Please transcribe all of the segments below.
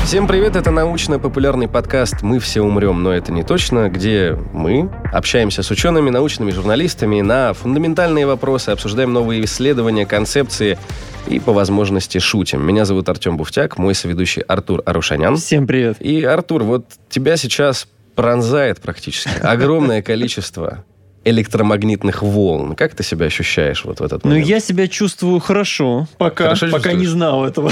Всем привет, это научно-популярный подкаст «Мы все умрем, но это не точно», где мы общаемся с учеными, научными журналистами на фундаментальные вопросы, обсуждаем новые исследования, концепции и, по возможности, шутим. Меня зовут Артем Буфтяк, мой соведущий Артур Арушанян. Всем привет. И, Артур, вот тебя сейчас пронзает практически огромное количество электромагнитных волн. Как ты себя ощущаешь вот в этот момент? Ну, я себя чувствую хорошо, пока не знал этого.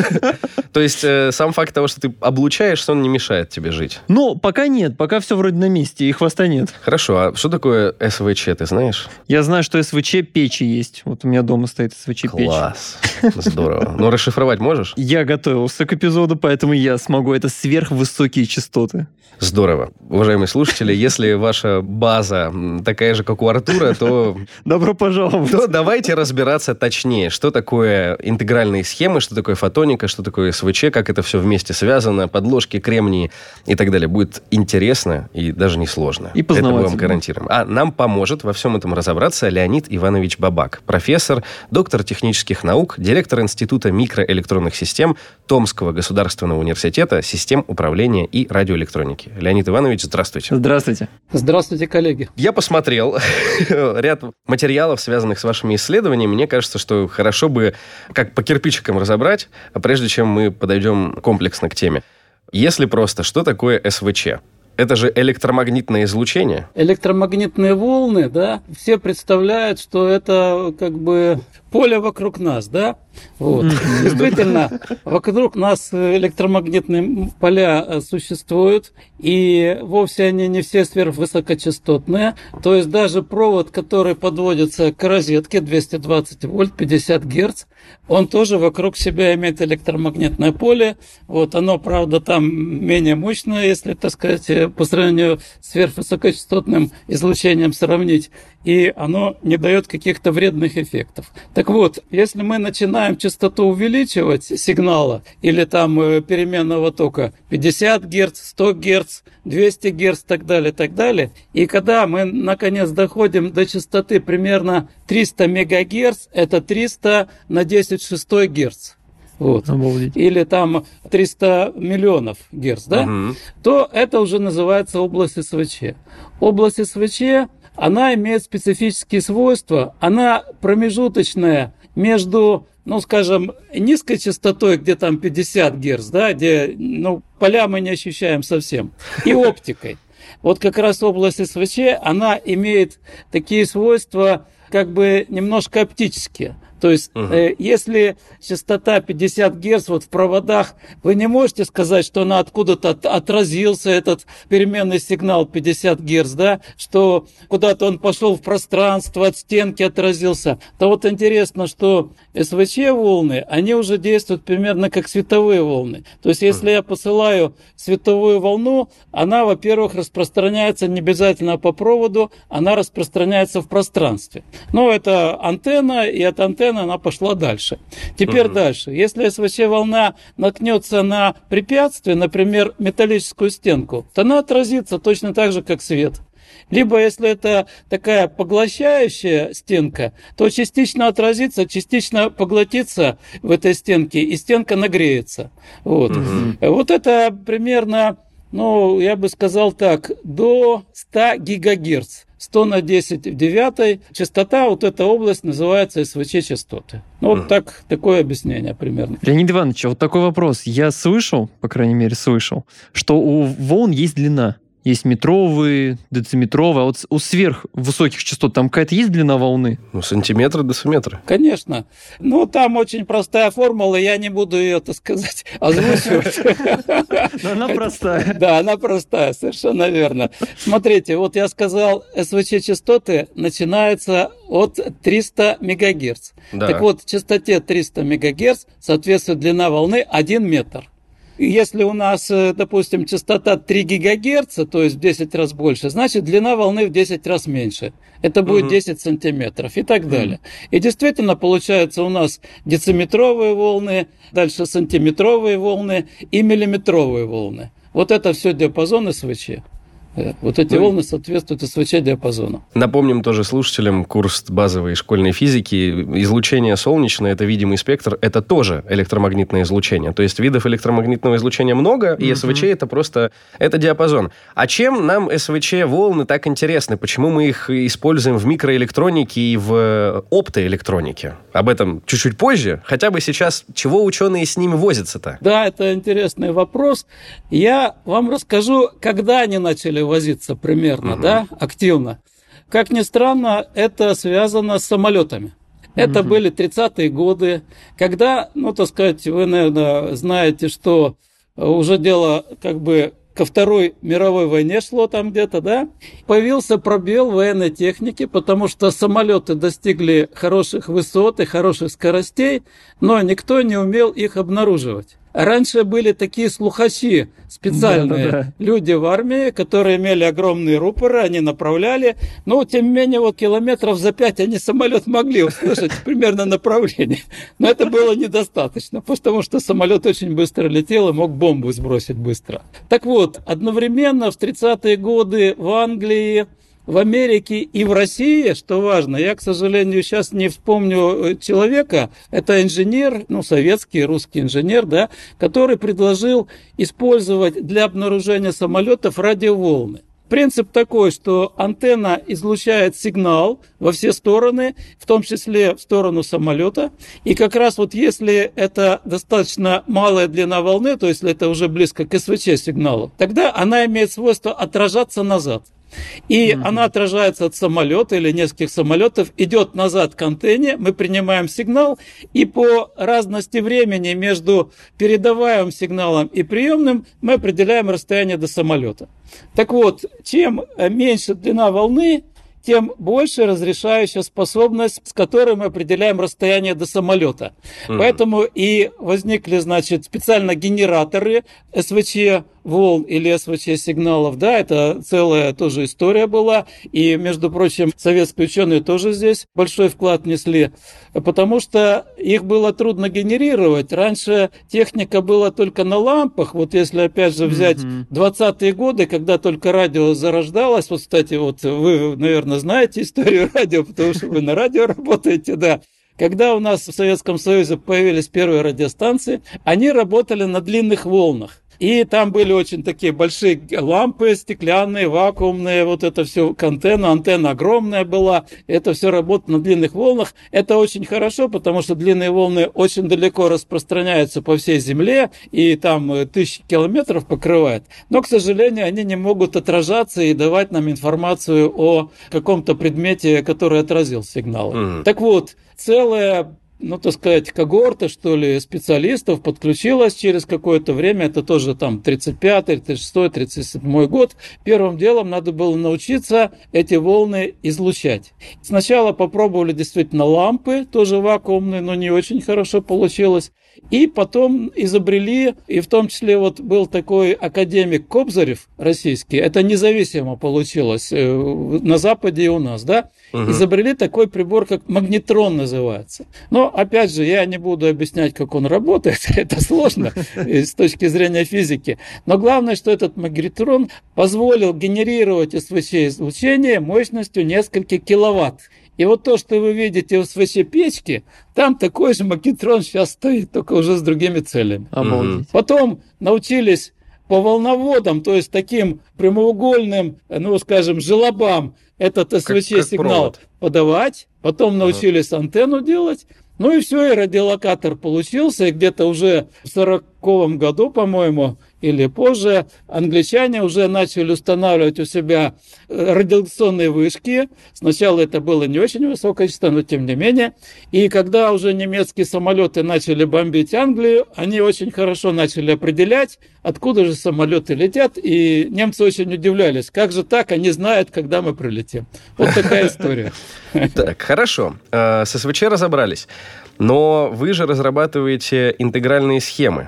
То есть сам факт того, что ты облучаешься, он не мешает тебе жить? Ну, пока нет, пока все вроде на месте, и хвоста нет. Хорошо, а что такое СВЧ, ты знаешь? Я знаю, что СВЧ печи есть. Вот у меня дома стоит СВЧ печь. Класс, здорово. Ну, расшифровать можешь? Я готовился к эпизоду, поэтому я смогу. Это сверхвысокие частоты. Здорово. Уважаемые слушатели, если ваша база такая же, как у Артура, то... Добро пожаловать. То давайте разбираться точнее, что такое интегральные схемы, что такое фотоника, что такое СВЧ, как это все вместе связано, подложки, кремнии и так далее. Будет интересно и даже не сложно. И познавательно. Это мы вам гарантируем. А нам поможет во всем этом разобраться Леонид Иванович Бабак, профессор, доктор технических наук, директор Института микроэлектронных систем Томского государственного университета систем управления и радиоэлектроники. Леонид Иванович, здравствуйте. Здравствуйте. Здравствуйте, коллеги. Я посмотрел ряд материалов, связанных с вашими исследованиями. Мне кажется, что хорошо бы как по кирпичикам разобрать, прежде чем мы подойдем комплексно к теме. Если просто, что такое СВЧ? Это же электромагнитное излучение? Электромагнитные волны, да, все представляют, что это как бы поле вокруг нас, да? Вот. Действительно, вокруг нас электромагнитные поля существуют, и вовсе они не все сверхвысокочастотные. То есть даже провод, который подводится к розетке 220 вольт, 50 герц, он тоже вокруг себя имеет электромагнитное поле. Вот оно, правда, там менее мощное, если, так сказать, по сравнению с сверхвысокочастотным излучением сравнить, и оно не дает каких-то вредных эффектов. Так вот, если мы начинаем частоту увеличивать сигнала или там переменного тока 50 Гц, 100 Гц, 200 Гц и так далее, и когда мы наконец доходим до частоты примерно 300 МГц, это 300 на 10 в 6 Гц. Вот. Или там 300 миллионов герц, да? То это уже называется область СВЧ. Область СВЧ, она имеет специфические свойства, она промежуточная между, ну, скажем, низкой частотой, где там 50 Гц, да, где, ну, поля мы не ощущаем совсем, и оптикой. Вот как раз область СВЧ, она имеет такие свойства, как бы немножко оптические. То есть, если частота 50 Гц вот в проводах, вы не можете сказать, что она откуда-то отразился, этот переменный сигнал 50 Гц, да, что куда-то он пошел в пространство, от стенки отразился. То вот интересно, что СВЧ-волны, они уже действуют примерно как световые волны. То есть, если я посылаю световую волну, она, во-первых, распространяется не обязательно по проводу, она распространяется в пространстве. Но это антенна, и от антенны она пошла дальше. Теперь дальше. Если СВЧ-волна наткнется на препятствие, например, металлическую стенку, то она отразится точно так же, как свет. Либо, если это такая поглощающая стенка, то частично отразится, частично поглотится в этой стенке, и стенка нагреется. Вот, вот это примерно, ну, я бы сказал так, до 100 ГГц. 100 на 10 в 9 частота, вот эта область называется СВЧ-частоты. Ну, вот такое объяснение примерно. Леонид Иванович, вот такой вопрос. Я слышал, по крайней мере слышал, что у волн есть длина. Есть метровые, дециметровые. А вот у сверхвысоких частот там какая-то есть длина волны? Ну, сантиметры, десиметры. Конечно. Ну, там очень простая формула, я не буду ее, так сказать, озвучивать. Но она простая. Да, она простая, совершенно верно. Смотрите, вот я сказал, СВЧ-частоты начинаются от 300 МГц. Так вот, частоте 300 МГц соответствует длина волны 1 метр. Если у нас, допустим, частота 3 ГГц, то есть в 10 раз больше, значит, длина волны в 10 раз меньше. Это будет 10 сантиметров и так далее. И действительно, получается у нас дециметровые волны, дальше сантиметровые волны и миллиметровые волны. Вот это все диапазон СВЧ. Вот эти волны соответствуют СВЧ-диапазону. Напомним тоже слушателям курс базовой школьной физики. Излучение солнечное, это видимый спектр, это тоже электромагнитное излучение. То есть видов электромагнитного излучения много, и СВЧ это просто это диапазон. А чем нам СВЧ-волны так интересны? Почему мы их используем в микроэлектронике и в оптоэлектронике? Об этом чуть-чуть позже. Хотя бы сейчас, чего ученые с ними возятся-то? Да, это интересный вопрос. Я вам расскажу, когда они начали возиться примерно, да, активно. Как ни странно, это связано с самолетами. Это были 30-е годы, когда, ну, так сказать, вы, наверное, знаете, что уже дело как бы ко Второй мировой войне шло там где-то, да, появился пробел в военной технике, потому что самолеты достигли хороших высот и хороших скоростей, но никто не умел их обнаруживать. Раньше были такие слухачи, специальные люди в армии, которые имели огромные рупоры, они направляли, но тем не менее вот километров за 5 они самолет могли услышать примерно направление. Но это было недостаточно, потому что самолет очень быстро летел и мог бомбу сбросить быстро. Так вот, одновременно в 30-е годы в Англии, в Америке и в России, что важно, я, к сожалению, сейчас не вспомню человека, это инженер, ну, советский, русский инженер, да, который предложил использовать для обнаружения самолетов радиоволны. Принцип такой, что антенна излучает сигнал во все стороны, в том числе в сторону самолета. И как раз вот если это достаточно малая длина волны, то есть это уже близко к СВЧ-сигналу, тогда она имеет свойство отражаться назад. И она отражается от самолета или нескольких самолетов, идет назад к антенне, мы принимаем сигнал, и по разности времени между передаваемым сигналом и приемным мы определяем расстояние до самолета. Так вот, чем меньше длина волны, тем больше разрешающая способность, с которой мы определяем расстояние до самолета. Поэтому и возникли, значит, специально генераторы СВЧ волн или СВЧ-сигналов, да, это целая тоже история была, и, между прочим, советские ученые тоже здесь большой вклад внесли, потому что их было трудно генерировать. Раньше техника была только на лампах, вот если, опять же, взять 20-е годы, когда только радио зарождалось, вот, кстати, вот вы, наверное, знаете историю радио, потому что вы на радио работаете, да. Когда у нас в Советском Союзе появились первые радиостанции, они работали на длинных волнах. И там были очень такие большие лампы стеклянные, вакуумные, вот это все к антенна огромная была, это все работало на длинных волнах. Это очень хорошо, потому что длинные волны очень далеко распространяются по всей Земле, и там 1000 километров покрывает. Но, к сожалению, они не могут отражаться и давать нам информацию о каком-то предмете, который отразил сигнал. Так вот, целая, ну, так сказать, когорта, что ли, специалистов подключилась через какое-то время, это тоже там 35-й, 36-й, 37-й год. Первым делом надо было научиться эти волны излучать. Сначала попробовали действительно лампы, тоже вакуумные, но не очень хорошо получилось. И потом изобрели, и в том числе вот был такой академик Кобзарев российский, это независимо получилось на Западе и у нас, да, изобрели такой прибор, как магнетрон называется. Но, опять же, я не буду объяснять, как он работает, это сложно с точки зрения физики. Но главное, что этот магнетрон позволил генерировать СВЧ-излучение мощностью нескольких киловатт. И вот то, что вы видите в СВЧ-печке, там такой же магнетрон сейчас стоит, только уже с другими целями. Потом научились по волноводам, то есть таким прямоугольным, ну, скажем, желобам, этот СВЧ-сигнал подавать. Потом научились антенну делать. Ну и все, и радиолокатор получился, и где-то уже в 40-м году, по-моему, или позже, англичане уже начали устанавливать у себя радиолокационные вышки. Сначала это было не очень высокое частота, но тем не менее. И когда уже немецкие самолеты начали бомбить Англию, они очень хорошо начали определять, откуда же самолеты летят, и немцы очень удивлялись, как же так, они знают, когда мы прилетим. Вот такая история. Так, хорошо. С СВЧ разобрались. Но вы же разрабатываете интегральные схемы.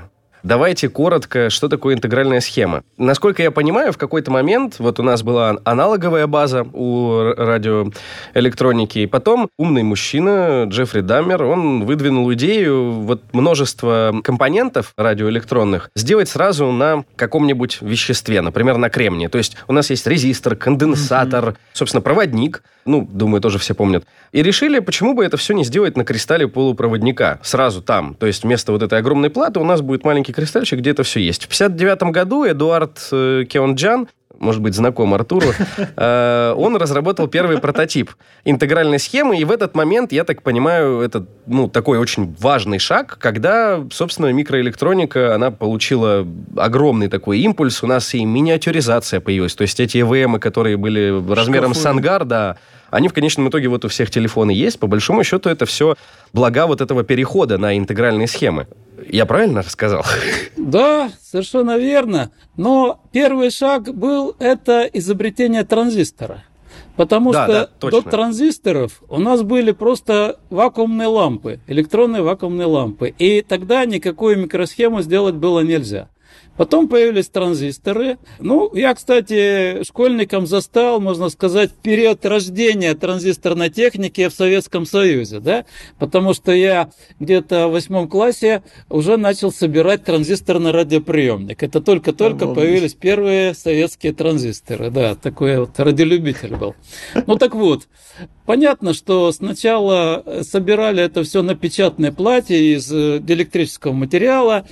Давайте коротко, что такое интегральная схема. Насколько я понимаю, в какой-то момент вот у нас была аналоговая база у радиоэлектроники, и потом умный мужчина Джеффри Даммер, он выдвинул идею вот множество компонентов радиоэлектронных сделать сразу на каком-нибудь веществе, например, на кремнии. То есть у нас есть резистор, конденсатор, собственно, проводник, думаю, тоже все помнят. И решили, почему бы это все не сделать на кристалле полупроводника сразу там. То есть вместо вот этой огромной платы у нас будет маленький кристальчик, где это все есть. В 1959 году Эдуард Кеонджан, может быть, знаком Артуру, он разработал первый прототип интегральной схемы, и в этот момент, я так понимаю, это такой очень важный шаг, когда, собственно, микроэлектроника, она получила огромный такой импульс, у нас и миниатюризация появилась, то есть эти ЭВМы, которые были размером с ангар, да, они в конечном итоге вот у всех телефоны есть, по большому счету это все блага вот этого перехода на интегральные схемы. Я правильно рассказал? Да, совершенно верно. Но первый шаг был это изобретение транзистора. Потому что до транзисторов у нас были просто вакуумные лампы, электронные вакуумные лампы. И тогда никакую микросхему сделать было нельзя. Потом появились транзисторы. Я, кстати, школьником застал, можно сказать, период рождения транзисторной техники в Советском Союзе, да? Потому что я где-то в 8 классе уже начал собирать транзисторный радиоприемник. Это только-только появились первые советские транзисторы, да, такой вот радиолюбитель был. Так вот, понятно, что сначала собирали это все на печатной плате из диэлектрического материала,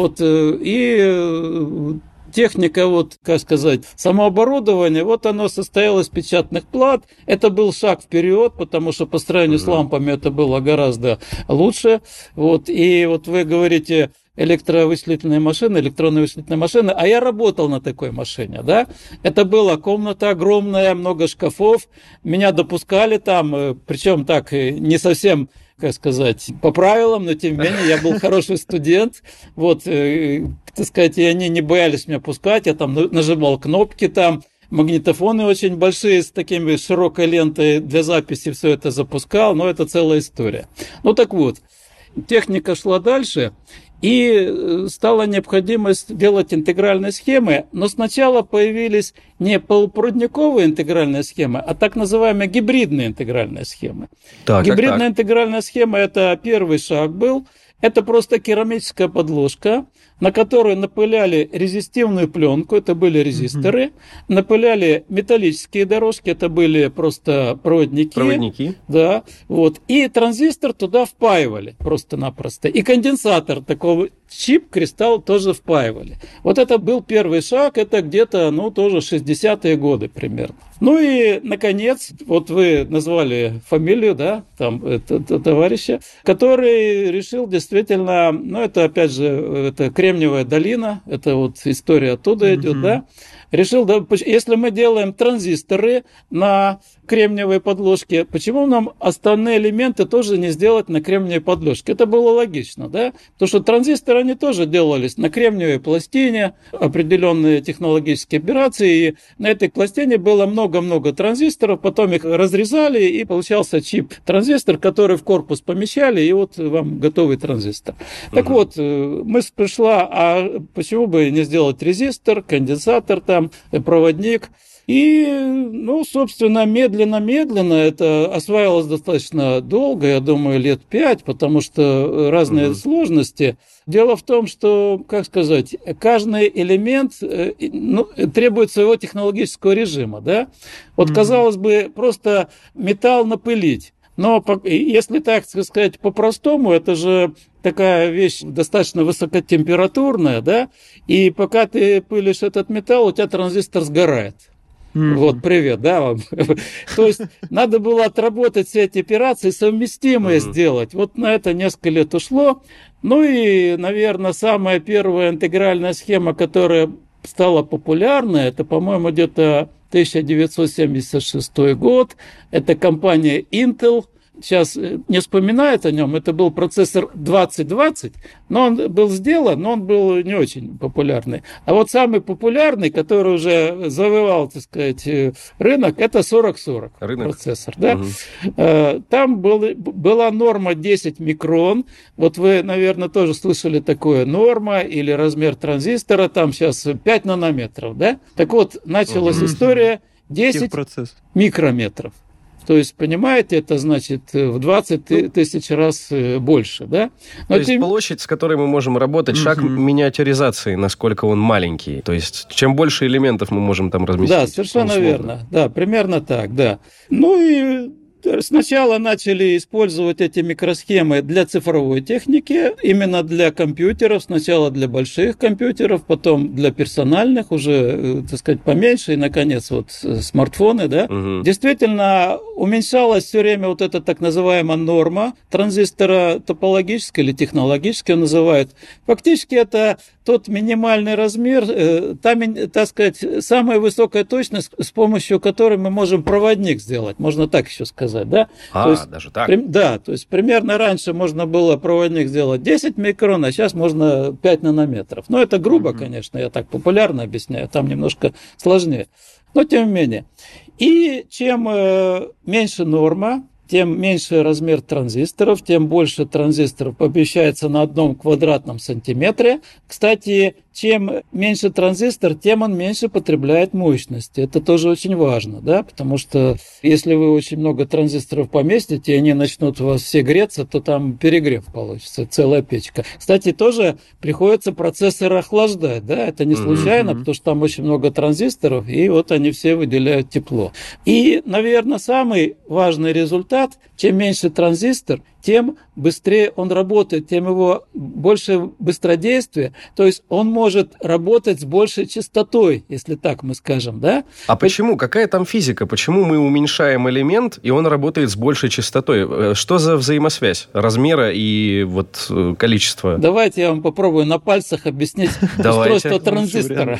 и техника, самооборудование, оно состояло из печатных плат. Это был шаг вперед, потому что по сравнению с лампами это было гораздо лучше. И вы говорите электронные вычислительные машины, а я работал на такой машине, да. Это была комната огромная, много шкафов, меня допускали там, причем так не совсем, по правилам, но тем не менее я был хороший студент, и они не боялись меня пускать, я там нажимал кнопки там, магнитофоны очень большие с такими широкой лентой для записи, все это запускал, но это целая история. Техника шла дальше, и стала необходимость делать интегральные схемы, но сначала появились не полупроводниковые интегральные схемы, а так называемые гибридные интегральные схемы. Гибридная интегральная схема – это первый шаг был. Это просто керамическая подложка, на которую напыляли резистивную пленку, это были резисторы, напыляли металлические дорожки, это были просто проводники. Да, и транзистор туда впаивали просто-напросто. И конденсатор, такого чип, кристалл тоже впаивали. Это был первый шаг, это где-то, тоже 60-е годы примерно. И, наконец, вы назвали фамилию, да, товарища, который решил действительно, это, опять же, это Кремниевая долина, это история оттуда идет, да, решил, если мы делаем транзисторы на кремниевой подложке, почему нам остальные элементы тоже не сделать на кремниевой подложке? Это было логично, да? Потому что транзисторы, они тоже делались на кремниевой пластине, определенные технологические операции, и на этой пластине было много-много транзисторов, потом их разрезали, и получался чип-транзистор, который в корпус помещали, и вам готовый транзистор. Так мысль пришла, а почему бы не сделать резистор, конденсатор там, проводник? И, собственно, медленно-медленно это осваивалось достаточно долго, я думаю, лет 5, потому что разные сложности. Дело в том, что, каждый элемент требует своего технологического режима, да? Казалось бы, просто металл напылить. Но если так сказать по-простому, это же такая вещь достаточно высокотемпературная, да? И пока ты пылишь этот металл, у тебя транзистор сгорает. Привет, да, вам. То есть надо было отработать все эти операции, совместимые сделать. На это несколько лет ушло. И, наверное, самая первая интегральная схема, которая стала популярной, это, по-моему, где-то 1976 год. Это компания Intel сейчас не вспоминают о нем, это был процессор 2020, но он был сделан, но он был не очень популярный. А вот самый популярный, который уже завоевал, так сказать, рынок, это 4040 процессор. Да? Там была норма 10 микрон. Вот вы, наверное, тоже слышали такое, норма или размер транзистора, там сейчас 5 нанометров. Да? Так вот, началась история 10 микрометров. То есть, понимаете, это значит в 20 тысяч раз больше, да? Но то есть площадь, с которой мы можем работать, шаг миниатюризации, насколько он маленький. То есть, чем больше элементов мы можем там разместить. Да, совершенно верно. Да, примерно так, да. Ну и сначала начали использовать эти микросхемы для цифровой техники, именно для компьютеров, сначала для больших компьютеров, потом для персональных, уже, так сказать, поменьше, и, наконец, вот смартфоны, да. Действительно, уменьшалась все время вот эта так называемая норма транзистора топологическая или технологическая называют. Фактически это тот минимальный размер, так сказать, самая высокая точность, с помощью которой мы можем проводник сделать, можно так еще сказать. Да? То есть, даже так? Да, то есть примерно раньше можно было проводник сделать 10 микрон, а сейчас можно 5 нанометров. Но это грубо, конечно, я так популярно объясняю, там немножко сложнее. Но тем не менее. И чем меньше норма, тем меньше размер транзисторов, тем больше транзисторов помещается на 1 квадратном сантиметре. Кстати, чем меньше транзистор, тем он меньше потребляет мощности. Это тоже очень важно, да, потому что если вы очень много транзисторов поместите, и они начнут у вас все греться, то там перегрев получится, целая печка. Кстати, тоже приходится процессор охлаждать, да, это не случайно, потому что там очень много транзисторов, и вот они все выделяют тепло. И, наверное, самый важный результат, чем меньше транзистор, тем быстрее он работает, тем его больше быстродействия, то есть он может работать с большей частотой, если так мы скажем, да? А почему? Какая там физика? Почему мы уменьшаем элемент, и он работает с большей частотой? Что за взаимосвязь размера и вот количества? Давайте я вам попробую на пальцах объяснить устройство транзистора.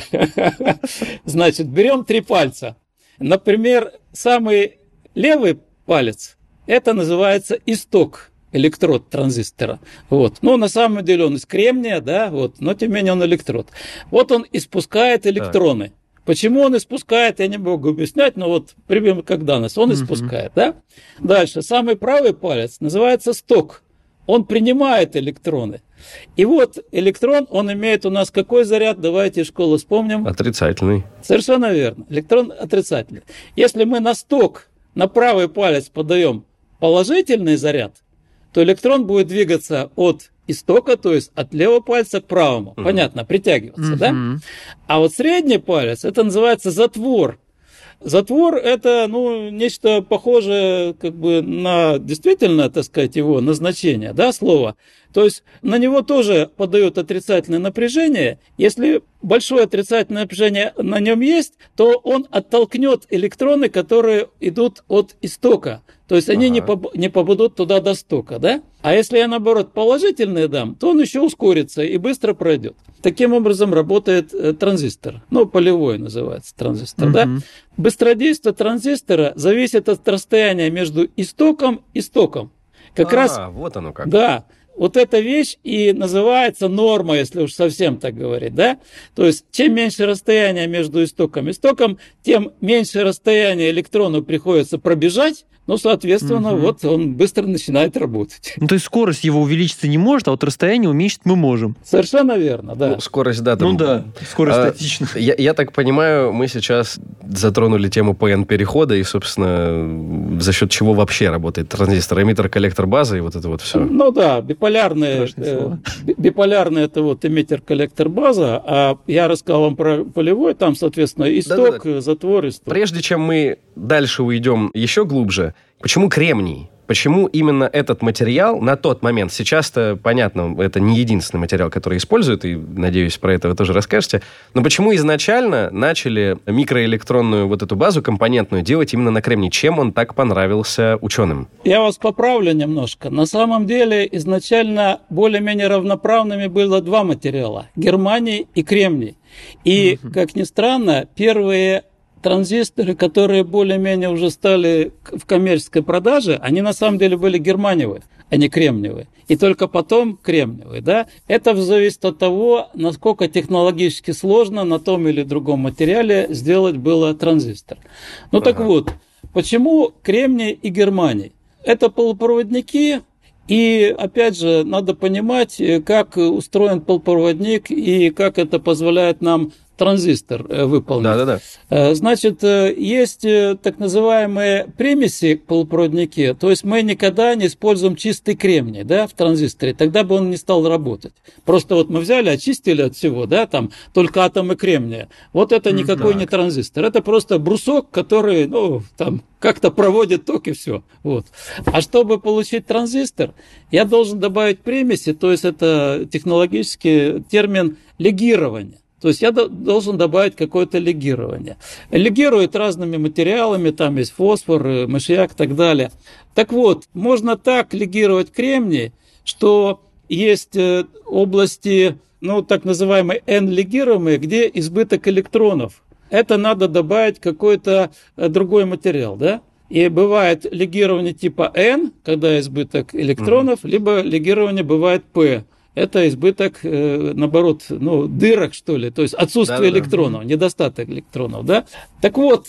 Значит, берем 3 пальца. Например, самый левый палец, это называется исток, электрод транзистора. Вот. Ну, на самом деле он из кремния, да, вот, но тем не менее он электрод. Вот он испускает электроны. Так. Почему он испускает, я не могу объяснять, но вот примерно как данность, он испускает, да. Дальше, самый правый палец называется сток. Он принимает электроны. И вот электрон, он имеет у нас какой заряд? Давайте из школы вспомним. Отрицательный. Совершенно верно. Электрон отрицательный. Если мы на сток, на правый палец подаем положительный заряд, то электрон будет двигаться от истока, то есть от левого пальца к правому. Понятно, притягиваться, да? А вот средний палец, это называется затвор. Затвор – это, нечто похожее как бы на действительно, так сказать, его назначение, да, слово. То есть на него тоже подают отрицательное напряжение. Если большое отрицательное напряжение на нем есть, то он оттолкнет электроны, которые идут от истока. То есть они не попадут туда до стока, да? А если я, наоборот, положительный дам, то он еще ускорится и быстро пройдет. Таким образом работает транзистор. Полевой называется транзистор, да? Быстродействие транзистора зависит от расстояния между истоком и стоком. Как раз, вот оно как. Да. Вот эта вещь и называется норма, если уж совсем так говорить, да? То есть, чем меньше расстояние между истоком и стоком, тем меньше расстояние электрону приходится пробежать, соответственно, вот он быстро начинает работать. То есть, скорость его увеличиться не может, а вот расстояние уменьшить мы можем. Совершенно верно, да. Скорость, да. Там... скорость статична. Я так понимаю, мы сейчас затронули тему ПН-перехода и, собственно, за счет чего вообще работает транзистор, эмиттер, коллектор, база и вот это вот все. Биполярный это вот эмиттер, коллектор, база, а я рассказал вам про полевой, там, соответственно, исток, затвор, исток. Прежде чем мы дальше уйдем еще глубже, почему кремний? Почему именно этот материал на тот момент, сейчас-то, понятно, это не единственный материал, который используют, и, надеюсь, про это вы тоже расскажете, но почему изначально начали микроэлектронную вот эту базу компонентную делать именно на кремнии? Чем он так понравился ученым? Я вас поправлю немножко. На самом деле, изначально более-менее равноправными было 2 материала – германий и кремний. И, как ни странно, первые транзисторы, которые более-менее уже стали в коммерческой продаже, они на самом деле были германиевые, а не кремниевые. И только потом кремниевые. Да? Это зависит от того, насколько технологически сложно на том или другом материале сделать было транзистор. Ну так вот, почему кремний и германий? Это полупроводники. И, опять же, надо понимать, как устроен полупроводник и как это позволяет нам транзистор выполнить. Да. Значит, есть так называемые примеси в полупроводнике, то есть мы никогда не используем чистый кремний, да, в транзисторе, тогда бы он не стал работать. Просто вот мы взяли, очистили от всего, да, там только атомы кремния. Вот это никакой не транзистор, это просто брусок, который, ну, там как-то проводит ток и все. Вот. А чтобы получить транзистор, я должен добавить примеси, то есть это технологический термин легирования. То есть я должен добавить какое-то легирование. Легирует разными материалами, там есть фосфор, мышьяк и так далее. Так вот, можно так легировать кремний, что есть области, ну, так называемые N-легируемые, где избыток электронов. Это надо добавить какой-то другой материал, да? И бывает легирование типа N, когда избыток электронов, либо легирование бывает P. Это избыток, наоборот, ну, дырок, что ли, то есть отсутствие электронов, недостаток электронов, да. Так вот,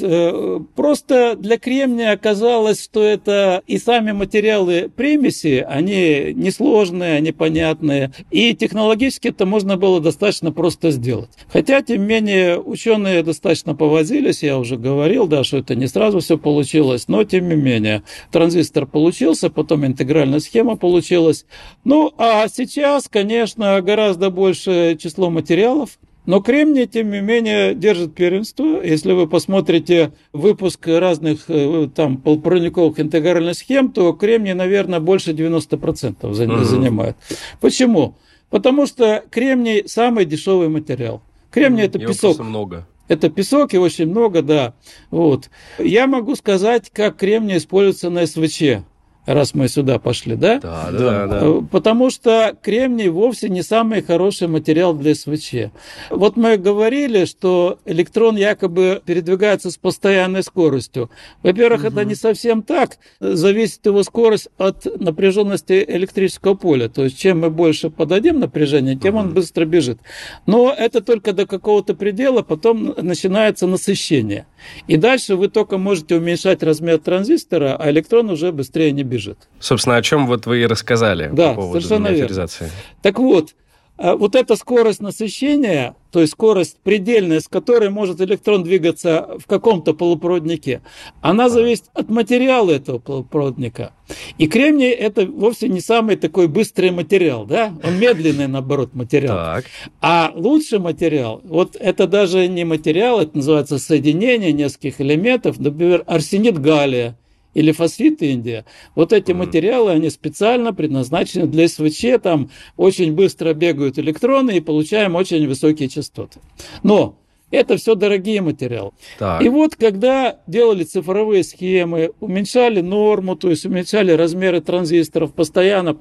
просто для кремния оказалось, что это и сами материалы примеси, они несложные, они понятные, и технологически это можно было достаточно просто сделать. Хотя, тем не менее, ученые достаточно повозились, я уже говорил, да, что это не сразу все получилось, но, тем не менее, транзистор получился, потом интегральная схема получилась. Ну, а сейчас, конечно, гораздо большее число материалов, но кремний, тем не менее, держит первенство. Если вы посмотрите выпуск разных там полупроводниковых интегральных схем, то кремний, наверное, больше 90% занимает. Почему? Потому что кремний самый дешевый материал. Кремний – это песок. Много. Это песок, и очень много, да. Вот. Я могу сказать, как кремний используется на СВЧ. Раз мы сюда пошли, да? Да. Потому что кремний вовсе не самый хороший материал для СВЧ. Вот мы говорили, что электрон якобы передвигается с постоянной скоростью. Во-первых, это не совсем так. Зависит его скорость от напряженности электрического поля. То есть, чем мы больше подадим напряжение, тем он быстро бежит. Но это только до какого-то предела, потом начинается насыщение. И дальше вы только можете уменьшать размер транзистора, а электрон уже быстрее не бежит. Собственно, о чем вот вы и рассказали по поводу миниатюризации. Так вот, вот эта скорость насыщения, то есть скорость предельная, с которой может электрон двигаться в каком-то полупроводнике, она зависит от материала этого полупроводника. И кремний – это вовсе не самый такой быстрый материал, да? Он медленный, наоборот, материал. Так. А лучший материал, вот это даже не материал, это называется соединение нескольких элементов, например, арсенид галлия или фосфит индия. Вот эти материалы, они специально предназначены для СВЧ, там очень быстро бегают электроны и получаем очень высокие частоты. Но это все дорогие материалы. Так. И вот когда делали цифровые схемы, уменьшали норму, то есть уменьшали размеры транзисторов постоянно,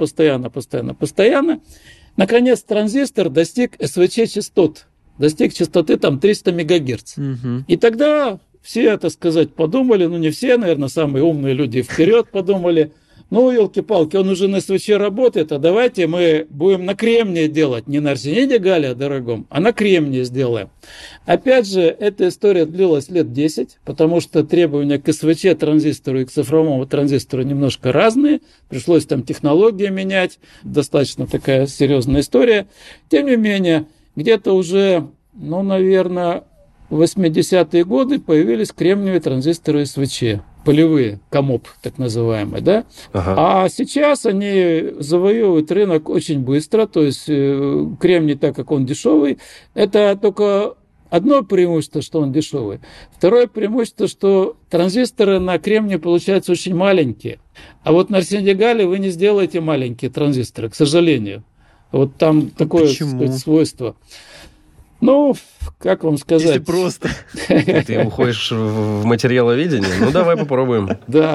наконец транзистор достиг СВЧ-частот, достиг частоты там 300 МГц. И тогда все, так сказать, подумали, ну не все, наверное, самые умные люди вперед подумали, ну, елки-палки, он уже на СВЧ работает, а давайте мы будем на кремнии делать, не на арсениде галлия дорогом, а на кремнии сделаем. Опять же, эта история длилась лет 10, потому что требования к СВЧ транзистору и к цифровому транзистору немножко разные, пришлось там технологии менять, достаточно такая серьезная история. Тем не менее, где-то уже, ну, наверное, в 80-е годы появились кремниевые транзисторы СВЧ, полевые, КАМОП так называемые, да? А сейчас они завоевывают рынок очень быстро, то есть кремний, так как он дешевый, это только одно преимущество, что он дешевый. Второе преимущество, что транзисторы на кремнии получаются очень маленькие. А вот на арсениде галлия вы не сделаете маленькие транзисторы, к сожалению. Вот там такое, так сказать, свойство. Ну, как вам сказать? Если просто. Ты уходишь в материаловедение? Ну, давай попробуем. Да.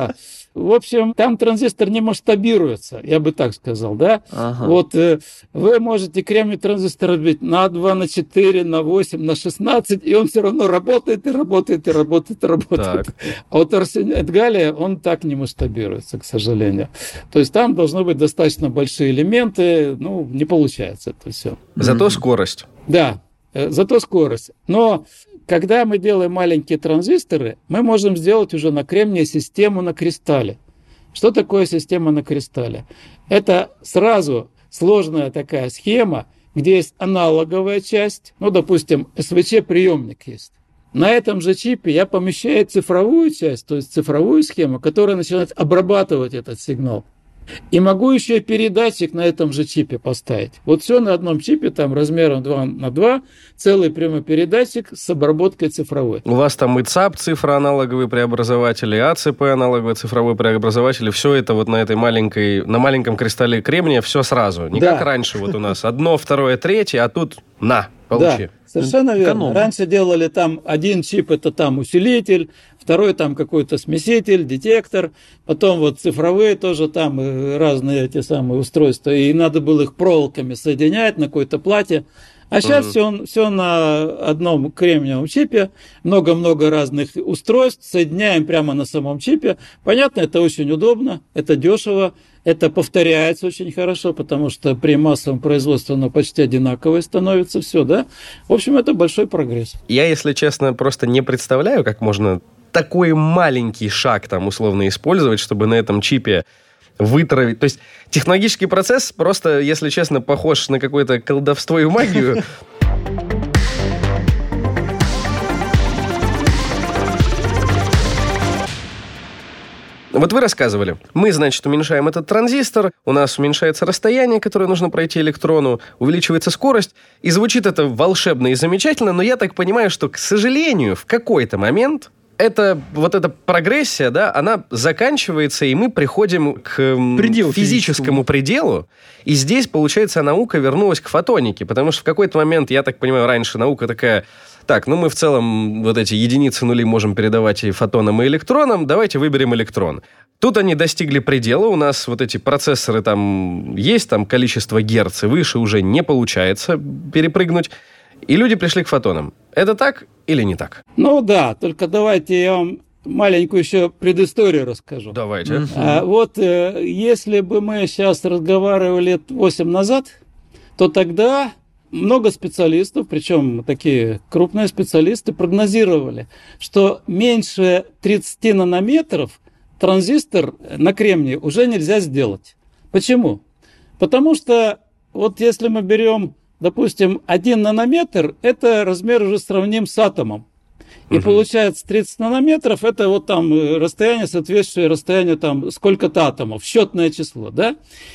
В общем, там транзистор не масштабируется, я бы так сказал, да? Ага. Вот вы можете кремний транзистор разбить на 2, на 4, на 8, на 16, и он все равно работает, и работает, и работает, и работает. Так. А вот арсенид галлия, он так не масштабируется, к сожалению. То есть там должны быть достаточно большие элементы, ну, не получается это все. Зато скорость. Да, зато скорость. Но когда мы делаем маленькие транзисторы, мы можем сделать уже на кремнии систему на кристалле. Что такое система на кристалле? Это сразу сложная такая схема, где есть аналоговая часть, ну, допустим, СВЧ-приемник есть. На этом же чипе я помещаю цифровую часть, то есть цифровую схему, которая начинает обрабатывать этот сигнал. И могу еще и передатчик на этом же чипе поставить. Вот все на одном чипе, там размером 2х2, целый прямой передатчик с обработкой цифровой. У вас там и ЦАП, цифроаналоговый преобразователь, и АЦП, аналоговый цифровой преобразователь, все это вот на маленьком кристалле кремния, все сразу. Не как раньше, вот у нас одно, второе, третье, а тут на, получи. Да, совершенно верно. Экономно. Раньше делали там один чип, это там усилитель, второй там какой-то смеситель, детектор, потом вот цифровые тоже там разные эти самые устройства, и надо было их проволоками соединять на какой-то плате. А сейчас все на одном кремниевом чипе, много-много разных устройств, соединяем прямо на самом чипе. Понятно, это очень удобно, это дешево, это повторяется очень хорошо, потому что при массовом производстве оно почти одинаковое становится, все, да? В общем, это большой прогресс. Я, если честно, просто не представляю, как можно такой маленький шаг там условно использовать, чтобы на этом чипе вытравить. То есть технологический процесс просто, если честно, похож на какое-то колдовство и магию. Вот вы рассказывали. Мы, значит, уменьшаем этот транзистор, у нас уменьшается расстояние, которое нужно пройти электрону, увеличивается скорость, и звучит это волшебно и замечательно, но я так понимаю, что, к сожалению, в какой-то момент эта прогрессия, да, она заканчивается, и мы приходим к физическому пределу. И здесь, получается, наука вернулась к фотонике, потому что в какой-то момент, я так понимаю, раньше наука такая: так, ну мы в целом вот эти единицы, нули можем передавать и фотонам, и электронам, давайте выберем электрон. Тут они достигли предела, у нас вот эти процессоры там есть, там количество герц, и выше уже не получается перепрыгнуть. И люди пришли к фотонам. Это так или не так? Ну да, только давайте я вам маленькую еще предысторию расскажу. Давайте. Вот если бы мы сейчас разговаривали лет 8 назад, то тогда много специалистов, причем такие крупные специалисты, прогнозировали, что меньше 30 нанометров транзистор на кремнии уже нельзя сделать. Почему? Потому что вот если мы берем, допустим, 1 нанометр, это размер уже сравним с атомом. И получается 30 нанометров, это вот там расстояние, соответствующее расстоянию там сколько-то атомов, счетное число, да?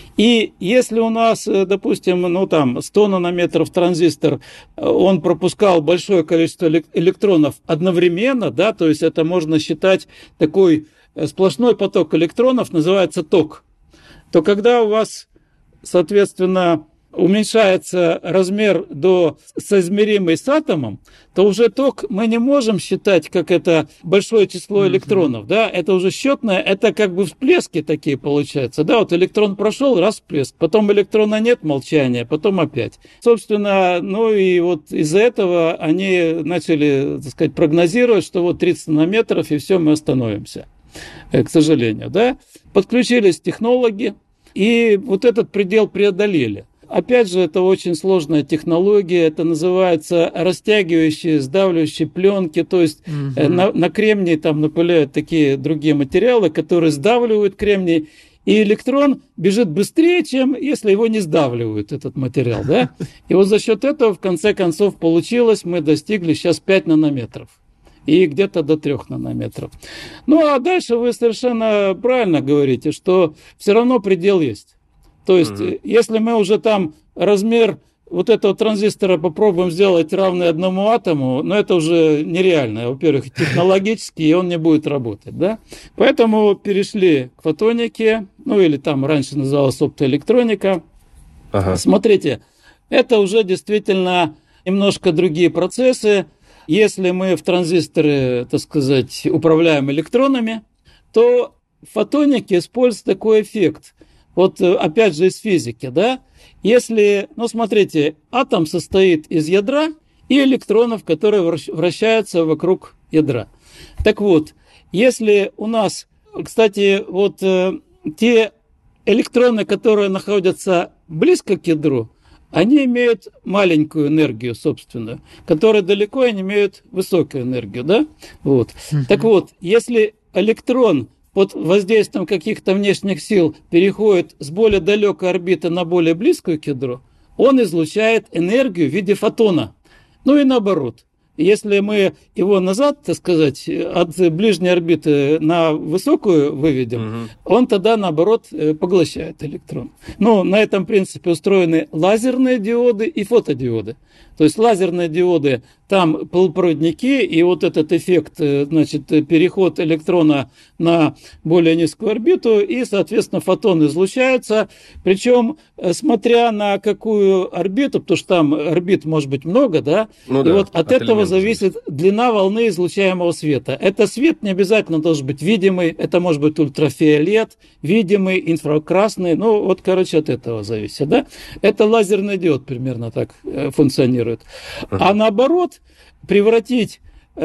И если у нас, допустим, ну там 100 нанометров транзистор, он пропускал большое количество электронов одновременно, да, то есть это можно считать такой сплошной поток электронов, называется ток, то когда у вас, соответственно, уменьшается размер до соизмеримый с атомом, то уже ток мы не можем считать, как это большое число электронов, да, это уже счетное, это как бы всплески такие получаются, да, вот электрон прошел, раз всплеск, потом электрона нет, молчание, потом опять. Собственно, ну и вот из-за этого они начали, так сказать, прогнозировать, что вот 30 нанометров и все, мы остановимся, к сожалению, да. Подключились технологи и вот этот предел преодолели. Опять же, это очень сложная технология, это называется растягивающие, сдавливающие пленки, то есть на кремний там напыляют такие другие материалы, которые сдавливают кремний, и электрон бежит быстрее, чем если его не сдавливают, этот материал, да? И вот за счет этого, в конце концов, получилось, мы достигли сейчас 5 нанометров. И где-то до 3 нанометров. Ну, а дальше вы совершенно правильно говорите, что все равно предел есть. То есть, если мы уже там размер вот этого транзистора попробуем сделать равный одному атому, но это уже нереально. Во-первых, технологически, и он не будет работать, да? Поэтому перешли к фотонике, ну или там раньше называлась оптоэлектроника. Смотрите, это уже действительно немножко другие процессы. Если мы в транзисторы, так сказать, управляем электронами, то в фотонике используется такой эффект. Вот опять же из физики, да? Если, ну смотрите, атом состоит из ядра и электронов, которые вращаются вокруг ядра. Так вот, если у нас, кстати, вот те электроны, которые находятся близко к ядру, они имеют маленькую энергию собственную, которые далеко они имеют высокую энергию, да? Вот. Так вот, если электрон под воздействием каких-то внешних сил переходит с более далекой орбиты на более близкую к ядру, он излучает энергию в виде фотона. Ну и наоборот. Если мы его назад, так сказать, от ближней орбиты на высокую выведем, он тогда, наоборот, поглощает электрон. Ну, на этом принципе устроены лазерные диоды и фотодиоды. То есть лазерные диоды, там полупроводники, и вот этот эффект, значит, переход электрона на более низкую орбиту, и, соответственно, фотон излучается. Причем, смотря на какую орбиту, потому что там орбит может быть много, да, ну, и да, вот от этого зависит длина волны излучаемого света. Это свет не обязательно должен быть видимый, это может быть ультрафиолет, видимый, инфракрасный, ну, вот, короче, от этого зависит, да. Это лазерный диод примерно так функционирует. А наоборот, превратить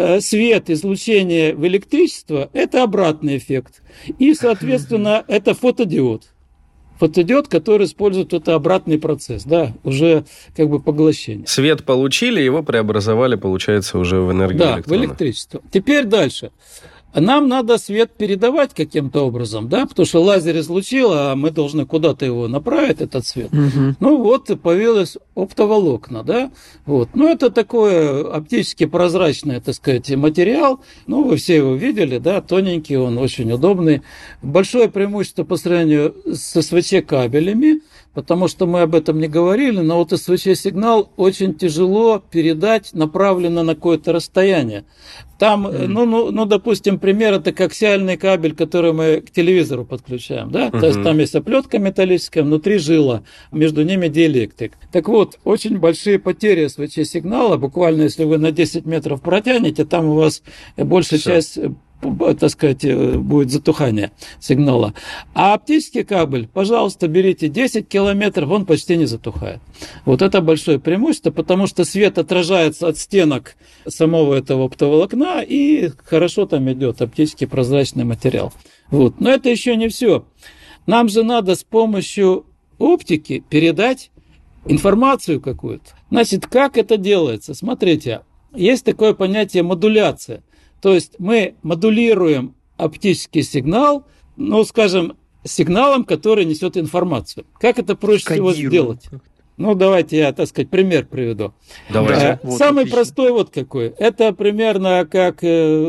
свет, излучение в электричество – это обратный эффект. И, соответственно, это фотодиод. Фотодиод, который использует это обратный процесс, да, уже как бы поглощение. Свет получили, его преобразовали, получается, уже в энергию электрона. Да, в электричество. Теперь дальше. Нам надо свет передавать каким-то образом, да, потому что лазер излучил, а мы должны куда-то его направить, этот свет. Ну вот, появилось оптоволокна, да, вот. Ну, это такой оптически прозрачный, так сказать, материал, ну, вы все его видели, да, тоненький, он очень удобный. Большое преимущество по сравнению с СВЧ-кабелями, потому что мы об этом не говорили, но вот СВЧ-сигнал очень тяжело передать направленно на какое-то расстояние. Там, ну, допустим, пример, это коаксиальный кабель, который мы к телевизору подключаем, да? То есть там есть оплетка металлическая, внутри жила, между ними диэлектрик. Так вот, очень большие потери СВЧ-сигнала, буквально если вы на 10 метров протянете, там у вас большая часть, так сказать, будет затухание сигнала. А оптический кабель, пожалуйста, берите 10 километров, он почти не затухает. Вот это большое преимущество, потому что свет отражается от стенок самого этого оптоволокна, и хорошо там идет оптический прозрачный материал. Вот. Но это еще не все. Нам же надо с помощью оптики передать информацию какую-то. Значит, как это делается? Смотрите, есть такое понятие модуляция. То есть мы модулируем оптический сигнал, ну, скажем, сигналом, который несет информацию. Как это проще всего сделать? Ну, давайте я, так сказать, пример приведу. Давайте. Самый простой вот какой. Это примерно как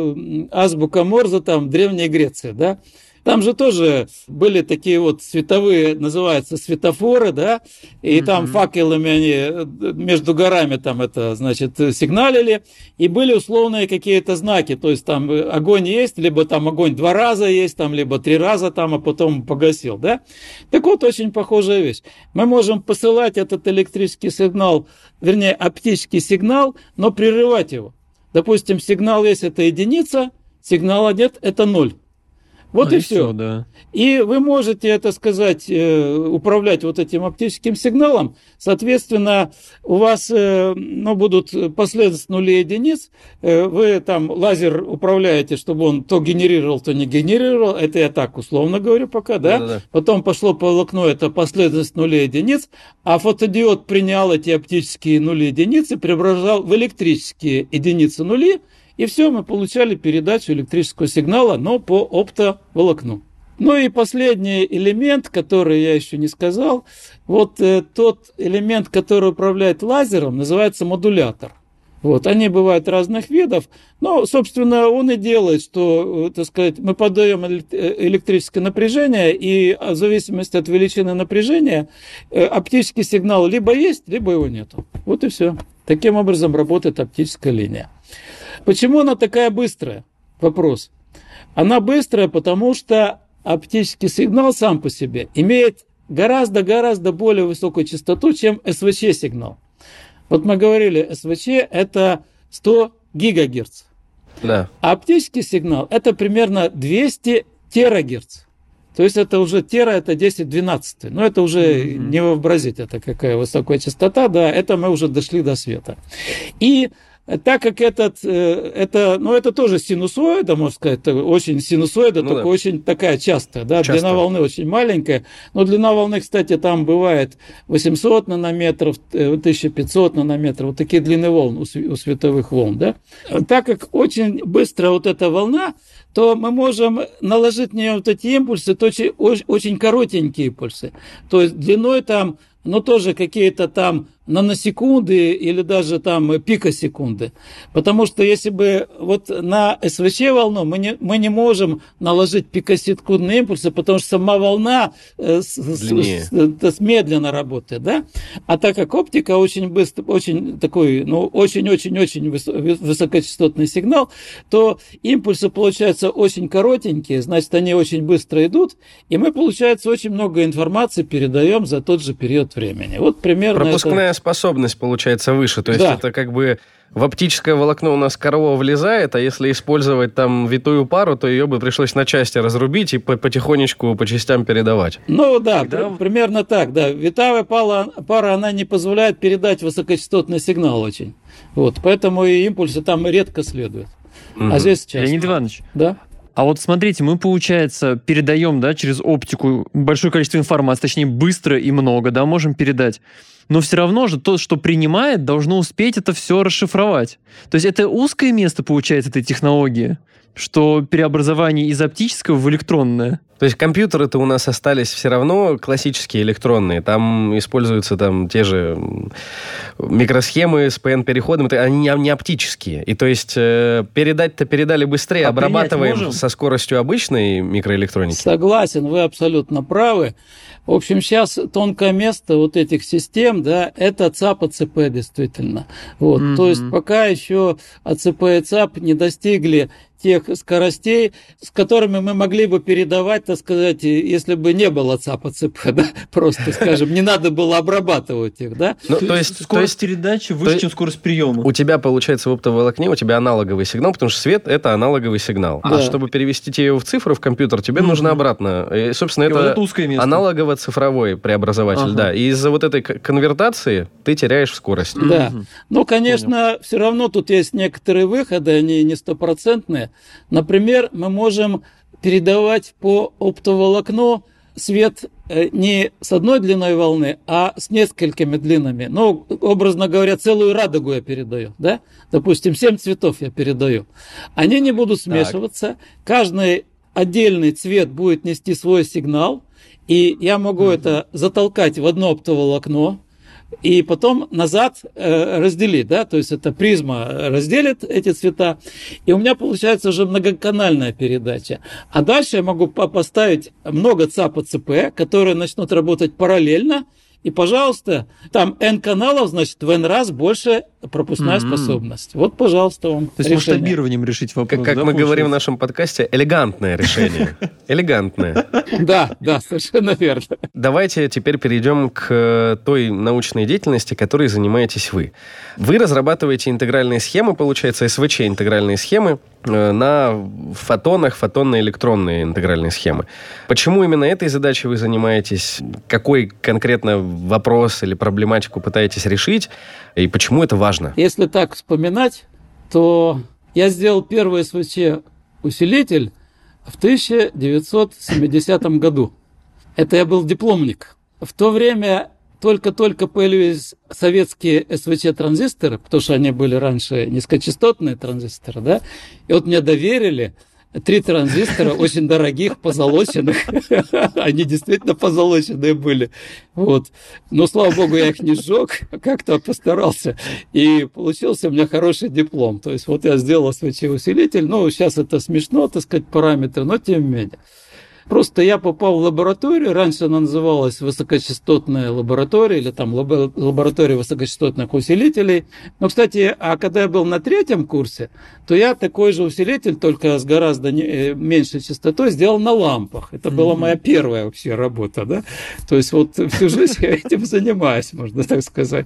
азбука Морзе там в Древней Греции, да? Там же тоже были такие вот световые, называются светофоры, да, и там факелами они между горами там это, значит, сигналили, и были условные какие-то знаки, то есть там огонь есть, либо там огонь 2 раза есть, там, либо 3 раза там, а потом погасил, да. Так вот, очень похожая вещь. Мы можем посылать этот электрический сигнал, вернее, оптический сигнал, но прерывать его. Допустим, сигнал есть, это единица, сигнала нет, это 0. Вот и все. Да. И вы можете, это сказать, управлять вот этим оптическим сигналом. Соответственно, у вас будут последовательность нулей и единиц. Вы там лазер управляете, чтобы он то генерировал, то не генерировал. Это я так условно говорю пока, да? Да. Потом пошло по волокну, это последовательность нулей и единиц. А фотодиод принял эти оптические нули и единицы, преобразовал в электрические единицы нули. И все, мы получали передачу электрического сигнала, но по оптоволокну. Ну и последний элемент, который я еще не сказал, вот тот элемент, который управляет лазером, называется модулятор. Вот, они бывают разных видов, но, собственно, он и делает, что, так сказать, мы подаем электрическое напряжение, и в зависимости от величины напряжения оптический сигнал либо есть, либо его нету. Вот и все. Таким образом работает оптическая линия. Почему она такая быстрая? Вопрос. Она быстрая, потому что оптический сигнал сам по себе имеет гораздо более высокую частоту, чем СВЧ-сигнал. Вот мы говорили, СВЧ – это 100 гигагерц. Да. А оптический сигнал – это примерно 200 терагерц. То есть это уже тера, это 10/12. Но это уже не вообразить, это какая высокая частота, да, это мы уже дошли до света. И так как это тоже синусоида, можно сказать, очень синусоида, только очень такая частая, да, длина волны очень маленькая, но длина волны, кстати, там бывает 800 нанометров, 1500 нанометров, вот такие длины волн у световых волн, да. Так как очень быстро вот эта волна, то мы можем наложить на нее вот эти импульсы, то очень коротенькие импульсы, то есть длиной там, тоже какие-то там наносекунды или даже там пикосекунды. Потому что если бы вот на СВЧ волну мы не можем наложить пикосекундные импульсы, потому что сама волна медленно работает, да? А так как оптика очень быстро, очень такой, очень-очень-очень высокочастотный сигнал, то импульсы получаются очень коротенькие, значит, они очень быстро идут, и мы, получается, очень много информации передаем за тот же период времени. Вот примерно пропускная способность получается выше. То есть это как бы в оптическое волокно у нас корова влезает, а если использовать там витую пару, то ее бы пришлось на части разрубить и потихонечку по частям передавать. Примерно так, да. Витая пара, она не позволяет передать высокочастотный сигнал очень. Вот, поэтому и импульсы там редко следуют. А здесь часто. Леонид Иванович, да? А вот смотрите, мы, получается, передаем, да, через оптику большое количество информации, точнее, быстро и много, да, можем передать. Но все равно же то, что принимает, должно успеть это все расшифровать. То есть это узкое место, получается, этой технологии, что преобразование из оптического в электронное. То есть компьютеры-то у нас остались все равно классические электронные. Там используются там те же микросхемы с PN-переходом. Они не оптические. И то есть передать-то передали быстрее, обрабатываем со скоростью обычной микроэлектроники. Согласен, вы абсолютно правы. В общем, сейчас тонкое место вот этих систем, да, это ЦАП и ЦП действительно. Вот. То есть пока еще АЦП и ЦАП не достигли тех скоростей, с которыми мы могли бы передавать, так сказать, если бы не было ЦАПа ЦП, да, просто, скажем, не надо было обрабатывать их, да. То есть скорость передачи выше, чем скорость приема. У тебя, получается, в оптоволокне у тебя аналоговый сигнал, потому что свет — это аналоговый сигнал. А чтобы перевести ее в цифру, в компьютер, тебе нужно обратно. И, собственно, это аналогово-цифровой преобразователь, да. И из-за вот этой конвертации ты теряешь в скорости. Да. Ну, конечно, все равно тут есть некоторые выходы, они не стопроцентные. Например, мы можем передавать по оптоволокну свет не с одной длиной волны, а с несколькими длинами. Ну, образно говоря, целую радугу я передаю, да? Допустим, 7 цветов я передаю. Они не будут смешиваться. Каждый отдельный цвет будет нести свой сигнал, и я могу это затолкать в одно оптоволокно, и потом назад разделить, да, то есть эта призма разделит эти цвета, и у меня получается уже многоканальная передача. А дальше я могу поставить много ЦАП и ЦП, которые начнут работать параллельно, и, пожалуйста, там N каналов, значит, в N раз больше пропускная способность. Вот, пожалуйста, вам То есть решение. Масштабированием решить вопрос. Как мы говорим в нашем подкасте, элегантное решение. Элегантное. Да, совершенно верно. Давайте теперь перейдем к той научной деятельности, которой занимаетесь вы. Вы разрабатываете интегральные схемы, получается, СВЧ интегральные схемы на фотонах, фотонно-электронные интегральные схемы. Почему именно этой задачей вы занимаетесь? Какой конкретно вопрос или проблематику пытаетесь решить? И почему это важно? Если так вспоминать, то я сделал первый СВЧ-усилитель в 1970 году. Это я был дипломник. В то время только-только появились советские СВЧ-транзисторы, потому что они были раньше низкочастотные транзисторы, да, и вот мне доверили 3 транзистора, очень дорогих, позолоченных. Они действительно позолоченные были. Вот. Но, слава богу, я их не сжег, как-то постарался. И получился у меня хороший диплом. То есть вот я сделал СВЧ-усилитель. Ну, сейчас это смешно, так сказать, параметры, но тем не менее. Просто я попал в лабораторию, раньше она называлась высокочастотная лаборатория или там лаборатория высокочастотных усилителей. Но, кстати, а когда я был на 3-м курсе, то я такой же усилитель, только с гораздо меньшей частотой, сделал на лампах. Это была моя первая вообще работа, да. То есть вот всю жизнь я этим занимаюсь, можно так сказать.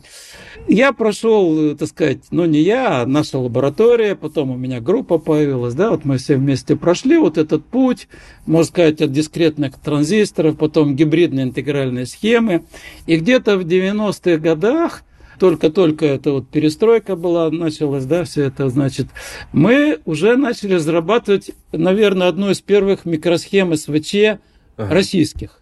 Я прошел, так сказать, не я, а наша лаборатория, потом у меня группа появилась, да, вот мы все вместе прошли вот этот путь, можно сказать, от дискретных транзисторов, потом гибридные интегральные схемы. И где-то в 90-х годах, только-только эта вот перестройка была, началась, да, все это, значит, мы уже начали разрабатывать, наверное, одну из первых микросхем СВЧ российских.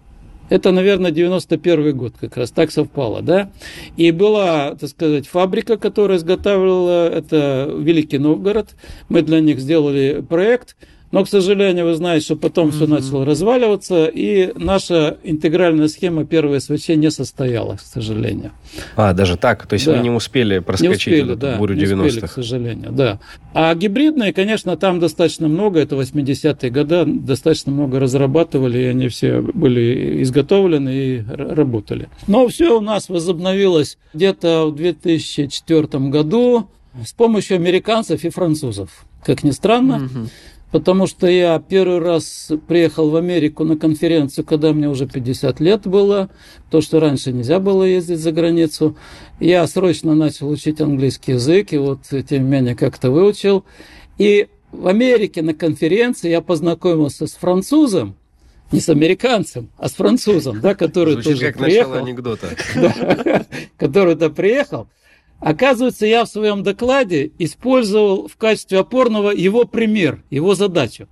Это, наверное, 91 год как раз, так совпало, да. И была, так сказать, фабрика, которая изготавливала, это Великий Новгород. Мы для них сделали проект. Но, к сожалению, вы знаете, что потом все начало разваливаться, и наша интегральная схема первой СВЧ не состоялась, к сожалению. Даже так? То есть вы не успели проскочить эту бурю 90-х? Не успели, к сожалению, да. А гибридные, конечно, там достаточно много, это 80-е годы, достаточно много разрабатывали, и они все были изготовлены и работали. Но все у нас возобновилось где-то в 2004 году с помощью американцев и французов. Как ни странно. Потому что я первый раз приехал в Америку на конференцию, когда мне уже 50 лет было, то, что раньше нельзя было ездить за границу. Я срочно начал учить английский язык, и вот тем не менее как-то выучил. И в Америке на конференции я познакомился с французом, не с американцем, а с французом, да, который звучит тоже как приехал. Начало анекдота. Да, который туда приехал. Оказывается, я в своем докладе использовал в качестве опорного его пример, его задачу.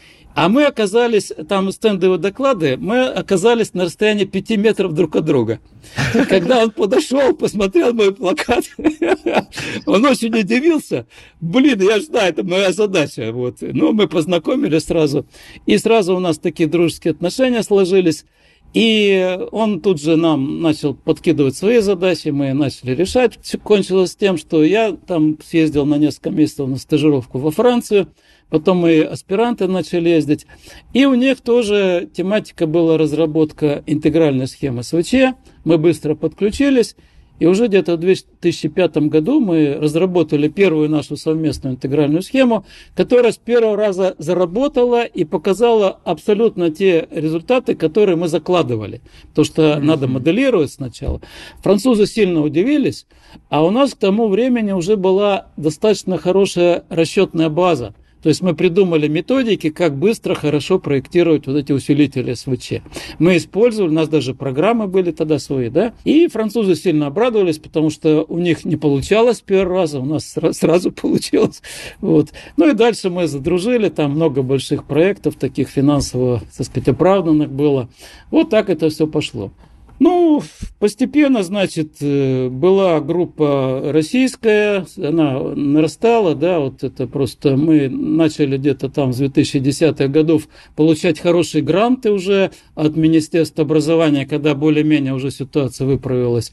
А мы оказались, там стендовые доклады, мы оказались на расстоянии 5 метров друг от друга. Когда он подошел, посмотрел мой плакат, он очень удивился. Я же знаю, это моя задача. Вот. Но мы познакомились сразу. И сразу у нас такие дружеские отношения сложились. И он тут же нам начал подкидывать свои задачи, мы начали решать. Кончилось тем, что я там съездил на несколько месяцев на стажировку во Францию, потом мы аспиранты начали ездить. И у них тоже тематика была разработка интегральной схемы СВЧ. Мы быстро подключились. И уже где-то в 2005 году мы разработали первую нашу совместную интегральную схему, которая с первого раза заработала и показала абсолютно те результаты, которые мы закладывали. То, что надо моделировать сначала. Французы сильно удивились, а у нас к тому времени уже была достаточно хорошая расчетная база. То есть мы придумали методики, как быстро, хорошо проектировать вот эти усилители СВЧ. Мы использовали, у нас даже программы были тогда свои, да, и французы сильно обрадовались, потому что у них не получалось с первого раза, у нас сразу получилось. Вот. Ну и дальше мы задружили, там много больших проектов, таких финансово, так сказать, оправданных было. Вот так это все пошло. Ну, постепенно, значит, была группа российская, она нарастала, да, вот это просто мы начали где-то там с 2010-х годов получать хорошие гранты уже от Министерства образования, когда более-менее уже ситуация выправилась.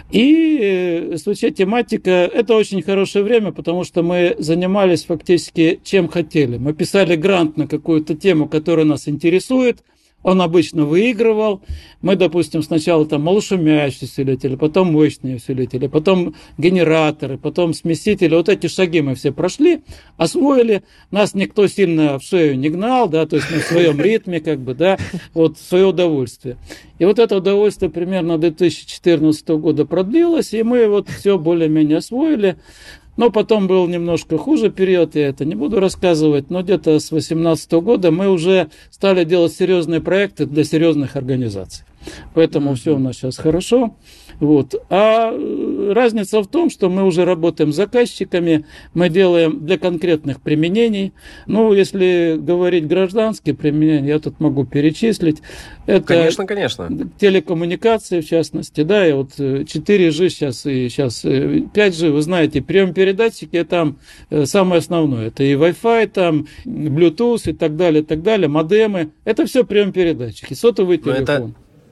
И СВЧ-тематика – это очень хорошее время, потому что мы занимались фактически чем хотели. Мы писали грант на какую-то тему, которая нас интересует. Он обычно выигрывал. Мы, допустим, сначала там малошумящие усилители, потом мощные усилители, потом генераторы, потом смесители. Вот эти шаги мы все прошли, освоили. Нас никто сильно в шею не гнал, да, то есть мы в своем ритме, как бы, да, вот в свое удовольствие. И вот это удовольствие примерно до 2014 года продлилось, и мы вот все более-менее освоили. Но потом был немножко хуже период, я это не буду рассказывать, но где-то с 2018 года мы уже стали делать серьезные проекты для серьезных организаций. Поэтому все у нас сейчас хорошо. Вот. А разница в том, что мы уже работаем с заказчиками, мы делаем для конкретных применений. Ну, если говорить гражданские применения, я тут могу перечислить. Это конечно. Телекоммуникации, в частности, да, и вот 4G сейчас и сейчас 5G, вы знаете, прием-передатчики там самое основное. Это и Wi-Fi, там, Bluetooth и так далее, модемы. Это все прием-передатчики, сотовый телефон.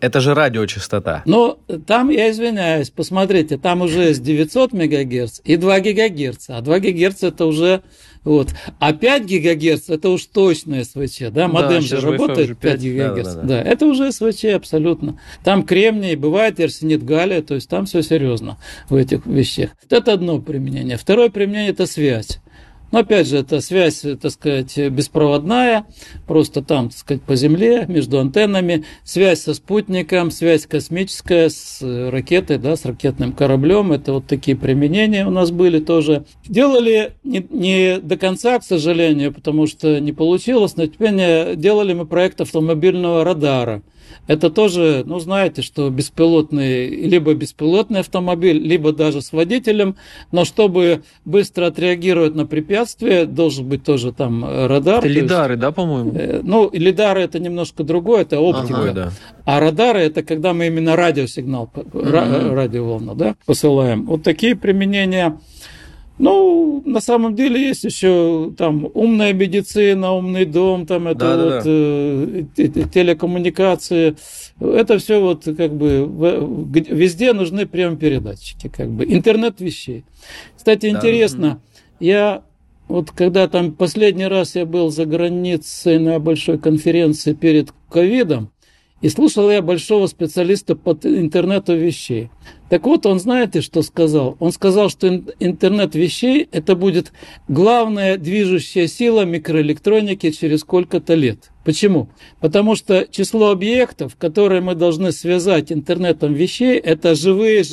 Это же радиочастота. Но там, я извиняюсь, посмотрите, там уже есть 900 МГц и 2 ГГц. А 2 ГГц это уже... Вот. А 5 ГГц это уж точно СВЧ, да? Модем же работает 5 ГГц. Да, это уже СВЧ абсолютно. Там кремний, бывает арсенид галлия, то есть там все серьезно в этих вещах. Это одно применение. Второе применение – это связь. Но опять же, это связь, так сказать, беспроводная, просто там, так сказать, по земле, между антеннами, связь со спутником, связь космическая с ракетой, да, с ракетным кораблем. Это вот такие применения у нас были тоже. Делали не до конца, к сожалению, потому что не получилось, но теперь делали мы проект автомобильного радара. Это тоже, ну, знаете, что либо беспилотный автомобиль, либо даже с водителем, но чтобы быстро отреагировать на препятствие, должен быть тоже там радар. Это лидары, да, по-моему? Ну, лидары это немножко другое, это оптика. Да. А радары это когда мы именно радиосигнал, радиоволну, да, посылаем. Вот такие применения. Ну, на самом деле есть еще там умная медицина, умный дом, там это телекоммуникации. Это все вот как бы везде нужны прием-передатчики, как бы интернет вещей. Кстати, интересно, я вот когда там последний раз я был за границей на большой конференции перед ковидом, и слушал я большого специалиста по интернету вещей. Так вот, он знаете, что сказал? Он сказал, что интернет вещей – это будет главная движущая сила микроэлектроники через сколько-то лет. Почему? Потому что число объектов, которые мы должны связать интернетом вещей, это живые,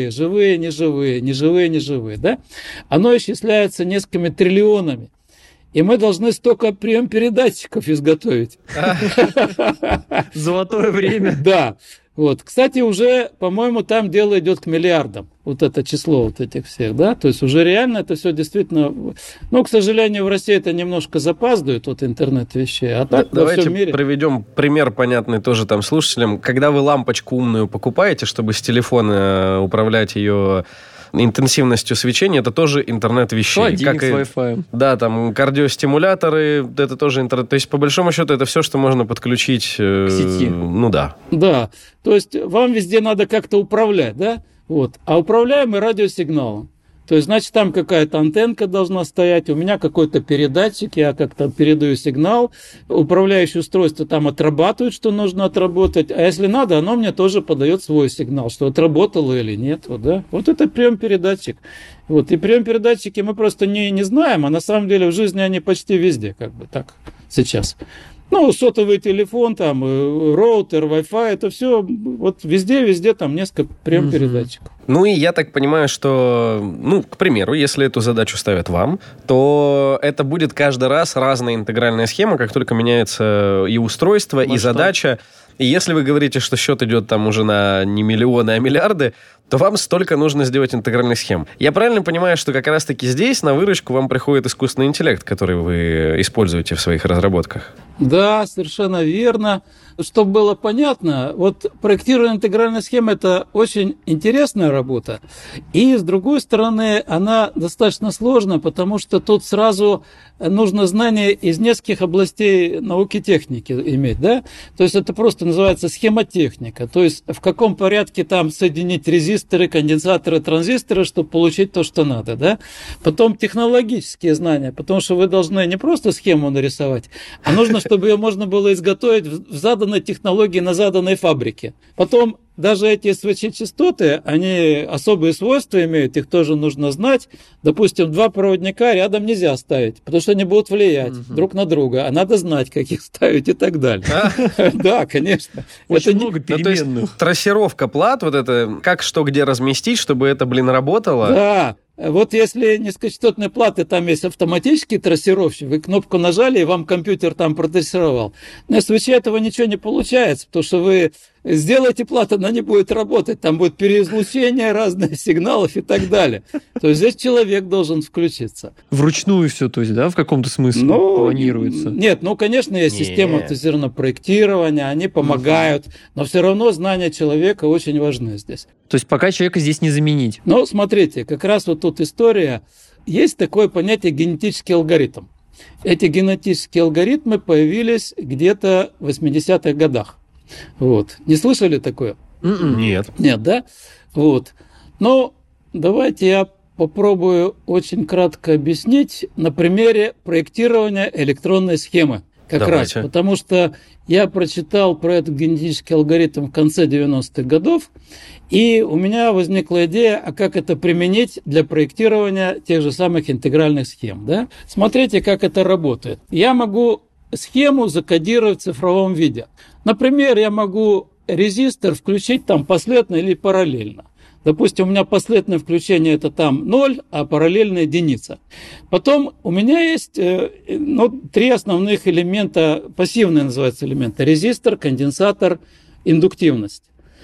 неживые, да? Оно исчисляется несколькими триллионами. И мы должны столько прием-передатчиков изготовить. Золотое время. Да. Вот. Кстати, уже, по-моему, там дело идет к миллиардам. Вот это число вот этих всех, да. То есть уже реально это все действительно... Ну, к сожалению, в России это немножко запаздывает, вот интернет вещей. А так во всем мире... Давайте приведем пример понятный тоже там слушателям. Когда вы лампочку умную покупаете, чтобы с телефона управлять ее... интенсивностью свечения, это тоже интернет вещей. Холодильник с Wi-Fi. Да, там кардиостимуляторы, это тоже интернет. То есть, по большому счету, это все, что можно подключить к сети. Ну да. Да, то есть вам везде надо как-то управлять, да? Вот. А управляем мы радиосигналом. То есть, значит, там какая-то антенка должна стоять, у меня какой-то передатчик, я как-то передаю сигнал, управляющее устройство там отрабатывает, что нужно отработать, а если надо, оно мне тоже подает свой сигнал, что отработало или нет. Вот, да? Вот это прием-передатчик. Вот. И прием-передатчики мы просто не знаем, а на самом деле в жизни они почти везде, как бы так сейчас. Ну, сотовый телефон, там, роутер, Wi-Fi, это все, вот везде там несколько прием-передатчиков. Ну и я так понимаю, что, ну, к примеру, если эту задачу ставят вам, то это будет каждый раз разная интегральная схема, как только меняется и устройство, и задача. И если вы говорите, что счет идет там уже на не миллионы, а миллиарды, то вам столько нужно сделать интегральных схем. Я правильно понимаю, что как раз-таки здесь на выручку вам приходит искусственный интеллект, который вы используете в своих разработках? Да, совершенно верно. Чтобы было понятно, вот проектирование интегральной схемы – это очень интересная работа. И, с другой стороны, она достаточно сложная, потому что тут сразу нужно знание из нескольких областей науки и техники иметь, да? То есть это просто называется схемотехника. То есть в каком порядке там соединить резисторы, конденсаторы, транзисторы, чтобы получить то, что надо, да? Потом технологические знания, потому что вы должны не просто схему нарисовать, а нужно, чтобы ее можно было изготовить в заданной технологии на заданной фабрике. Потом даже эти СВЧ-частоты, они особые свойства имеют, их тоже нужно знать. Допустим, два проводника рядом нельзя ставить, потому что они будут влиять друг на друга, а надо знать, как их ставить и так далее. Да, конечно. Очень много переменных. Трассировка плат, вот это, как что где разместить, чтобы это, работало. Да. Вот если низкочастотные платы, там есть автоматический трассировщик, вы кнопку нажали, и вам компьютер там протрассировал. На СВЧ этого ничего не получается, потому что вы сделаете плату, она не будет работать, там будет переизлучение разных сигналов и так далее. То есть здесь человек должен включиться. Вручную все, то есть, да, в каком-то смысле планируется? Нет, конечно, есть система автоматизированного проектирования, они помогают, но все равно знания человека очень важны здесь. То есть пока человека здесь не заменить? Ну, смотрите, как раз вот тут история. Есть такое понятие генетический алгоритм. Эти генетические алгоритмы появились где-то в 80-х годах. Вот. Не слышали такое? Нет. Нет, да? Вот. Но давайте я попробую очень кратко объяснить на примере проектирования электронной схемы. Как раз, потому что я прочитал про этот генетический алгоритм в конце 90-х годов, и у меня возникла идея, а как это применить для проектирования тех же самых интегральных схем. Да? Смотрите, как это работает. Я могу схему закодировать в цифровом виде. Например, я могу резистор включить там последовательно или параллельно. Допустим, у меня последовательное включение – это там 0, а параллельная – единица. Потом у меня есть 3 основных элемента, пассивные называются элементы – резистор, конденсатор, индуктивность.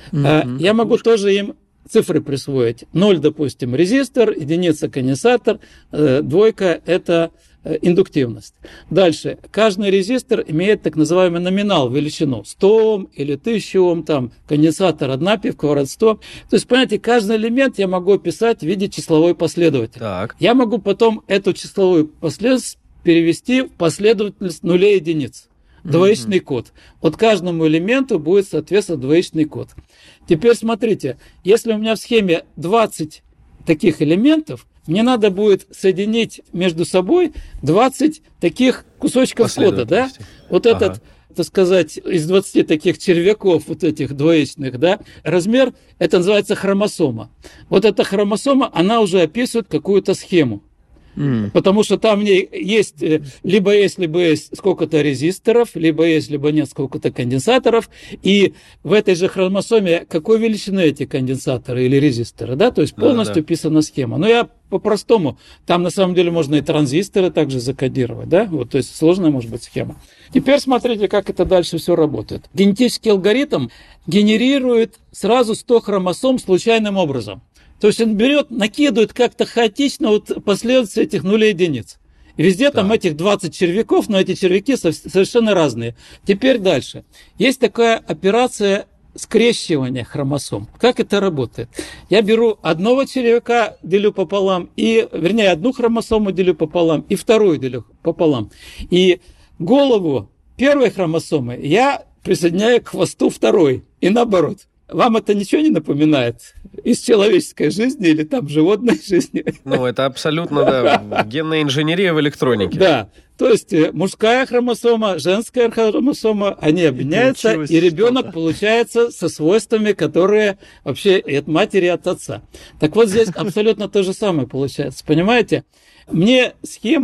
Я могу тоже им цифры присвоить. 0, допустим, резистор, единица – конденсатор, 2 – это индуктивность. Дальше. Каждый резистор имеет так называемый номинал, величину. 100 Ом или 1000 Ом, там, конденсатор 1 пивковорот 100. То есть, понимаете, каждый элемент я могу описать в виде числовой последовательности. Так. Я могу потом эту числовую последовательность перевести в последовательность нулей и единиц. Двоичный код. Вот каждому элементу будет соответствовать двоичный код. Теперь смотрите, если у меня в схеме 20 таких элементов, мне надо будет соединить между собой 20 таких кусочков кода, да? Вот этот, так сказать, из 20 таких червяков, вот этих двоичных, да, размер, это называется хромосома. Вот эта хромосома, она уже описывает какую-то схему. Потому что там в ней есть либо есть сколько-то резисторов, либо нет сколько-то конденсаторов, и в этой же хромосоме какой величины эти конденсаторы или резисторы, да, то есть полностью описана схема. Но я по-простому, там на самом деле можно и транзисторы также закодировать, да, вот, то есть сложная может быть схема. Теперь смотрите, как это дальше все работает. Генетический алгоритм генерирует сразу 100 хромосом случайным образом. То есть он берет, накидывает как-то хаотично вот последовательность этих нулей и единиц. И везде там этих 20 червяков, но эти червяки совершенно разные. Теперь дальше. Есть такая операция скрещивания хромосом. Как это работает? Я беру одного червяка, делю пополам, одну хромосому делю пополам, и вторую делю пополам. И голову первой хромосомы я присоединяю к хвосту второй. И наоборот. Вам это ничего не напоминает из человеческой жизни или там животной жизни? Ну, это абсолютно, да, генная инженерия в электронике. Да, то есть мужская хромосома, женская хромосома, они объединяются, и ребенок получается со свойствами, которые вообще и от матери, и от отца. Так вот здесь абсолютно то же самое получается, понимаете? Мне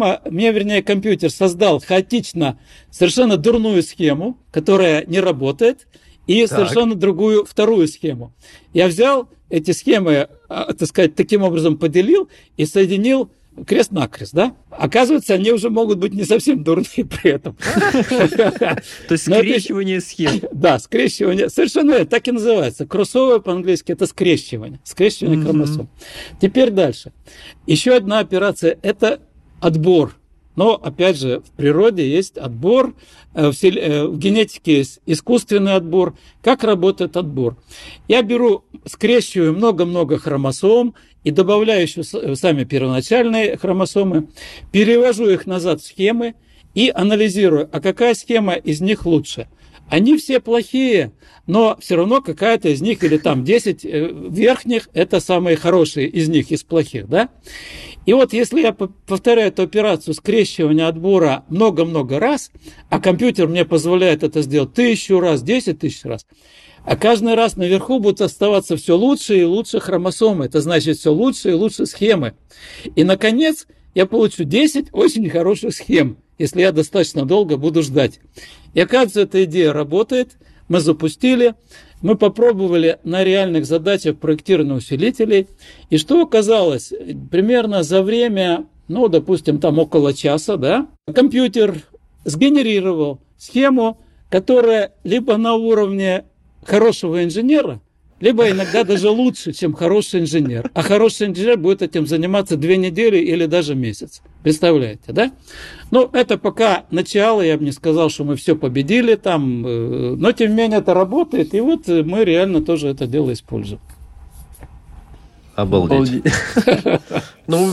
компьютер создал хаотично совершенно дурную схему, которая не работает, и совершенно другую вторую схему. Я взял эти схемы, так сказать, таким образом поделил и соединил крест-накрест, да? Оказывается, они уже могут быть не совсем дурные при этом. То есть скрещивание схем. Да, скрещивание. Совершенно так и называется. Кроссовер по-английски – это скрещивание. Скрещивание хромосом. Теперь дальше. Еще одна операция – это отбор. Но, опять же, в природе есть отбор, в генетике есть искусственный отбор. Как работает отбор? Я скрещиваю много-много хромосом и добавляю еще сами первоначальные хромосомы, перевожу их назад в схемы и анализирую, а какая схема из них лучше. Они все плохие, но все равно какая-то из них, или там 10 верхних, это самые хорошие из них, из плохих, да? И вот если я повторяю эту операцию скрещивания отбора много-много раз, а компьютер мне позволяет это сделать 1000 раз, 10 000 раз, а каждый раз наверху будут оставаться все лучше и лучше хромосомы. Это значит все лучше и лучше схемы. И, наконец, я получу 10 очень хороших схем, если я достаточно долго буду ждать. И оказывается, эта идея работает. Мы запустили, мы попробовали на реальных задачах проектирования усилителей. И что оказалось? Примерно за время, допустим, там около часа, да, компьютер сгенерировал схему, которая либо на уровне хорошего инженера, либо иногда даже лучше, чем хороший инженер. А хороший инженер будет этим заниматься 2 недели или даже месяц. Представляете, да? Это пока начало, я бы не сказал, что мы все победили там, но тем не менее это работает, и вот мы реально тоже это дело используем. Обалдеть. Ну,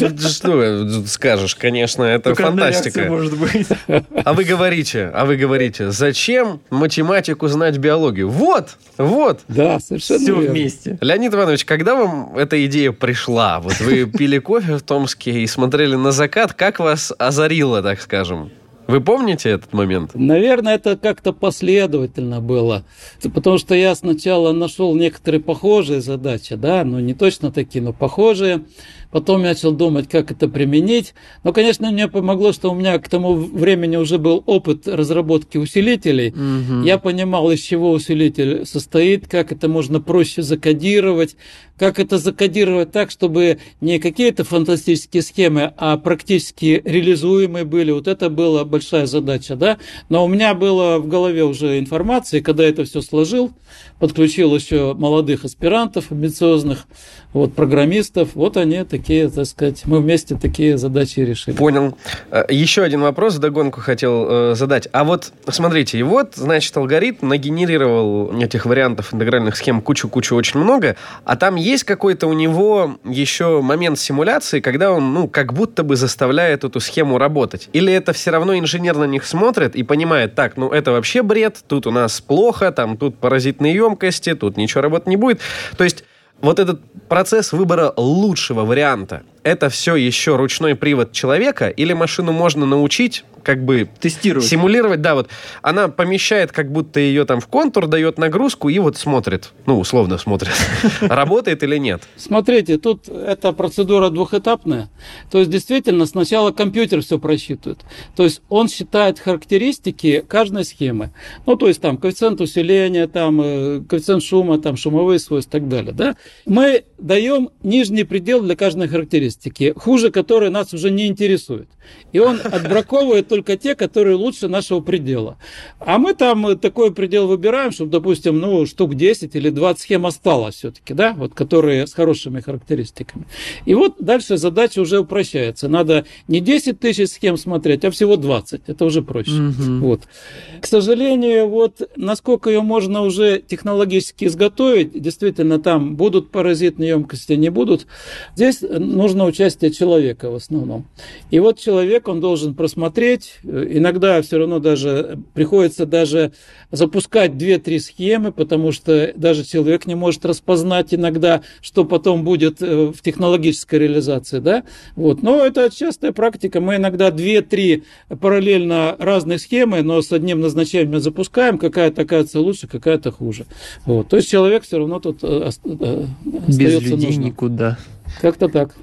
что скажешь, конечно, это фантастика. Может быть. А вы говорите, зачем математику знать биологию? Вот. Да, совершенно Все верно. вместе. Леонид Иванович, когда вам эта идея пришла? Вот вы пили кофе в Томске и смотрели на закат, как вас озарило, так скажем? Вы помните этот момент? Наверное, это как-то последовательно было. Потому что я сначала нашел некоторые похожие задачи, да, ну не точно такие, но похожие. Потом начал думать, как это применить. Но, конечно, мне помогло, что у меня к тому времени уже был опыт разработки усилителей. Мгм. Я понимал, из чего усилитель состоит, как это можно проще закодировать, как это закодировать так, чтобы не какие-то фантастические схемы, а практически реализуемые были. Вот это была большая задача, да. Но у меня было в голове уже информация, когда я это все сложил, подключил еще молодых аспирантов, амбициозных, вот, программистов, вот они такие, так сказать, мы вместе такие задачи решили. Понял. Еще один вопрос вдогонку хотел задать. А вот, смотрите, и вот, значит, алгоритм нагенерировал этих вариантов интегральных схем кучу-кучу очень много, а там есть какой-то у него еще момент симуляции, когда он, ну, как будто бы заставляет эту схему работать? Или это все равно инженер на них смотрит и понимает, так, ну, это вообще бред, тут у нас плохо, там, тут паразитные емкости, тут ничего работать не будет. То есть вот этот процесс выбора лучшего варианта, это все еще ручной привод человека или машину можно научить как бы Тестировать. симулировать? Да, вот она помещает как будто ее там в контур, дает нагрузку и вот смотрит, ну, условно смотрит, работает или нет. Смотрите, тут эта процедура двухэтапная. То есть, действительно, сначала компьютер все просчитывает. То есть, он считает характеристики каждой схемы. Ну, то есть, там, коэффициент усиления, там, коэффициент шума, там, шумовые свойства и так далее, да. Мы даем нижний предел для каждой характеристики, хуже которой нас уже не интересует. И он отбраковывает только те, которые лучше нашего предела. А мы там такой предел выбираем, чтобы, допустим, ну, штук 10 или 20 схем осталось все-таки, да, вот, которые с хорошими характеристиками. И вот дальше задача уже упрощается. Надо не 10 тысяч схем смотреть, а всего 20. Это уже проще. Вот. К сожалению, вот насколько ее можно уже технологически изготовить, действительно, там будут паразитные емкости, не будут. Здесь нужно участие человека в основном. И вот человек, он должен просмотреть. Иногда все равно даже приходится даже запускать 2-3 схемы, потому что даже человек не может распознать иногда, что потом будет в технологической реализации, да? Вот. Но это частая практика. Мы иногда 2-3 параллельно разные схемы, но с одним назначением запускаем, какая-то оказывается лучше, какая-то хуже. Вот. То есть человек все равно тут остается Без людей нужным. никуда. Как-то так.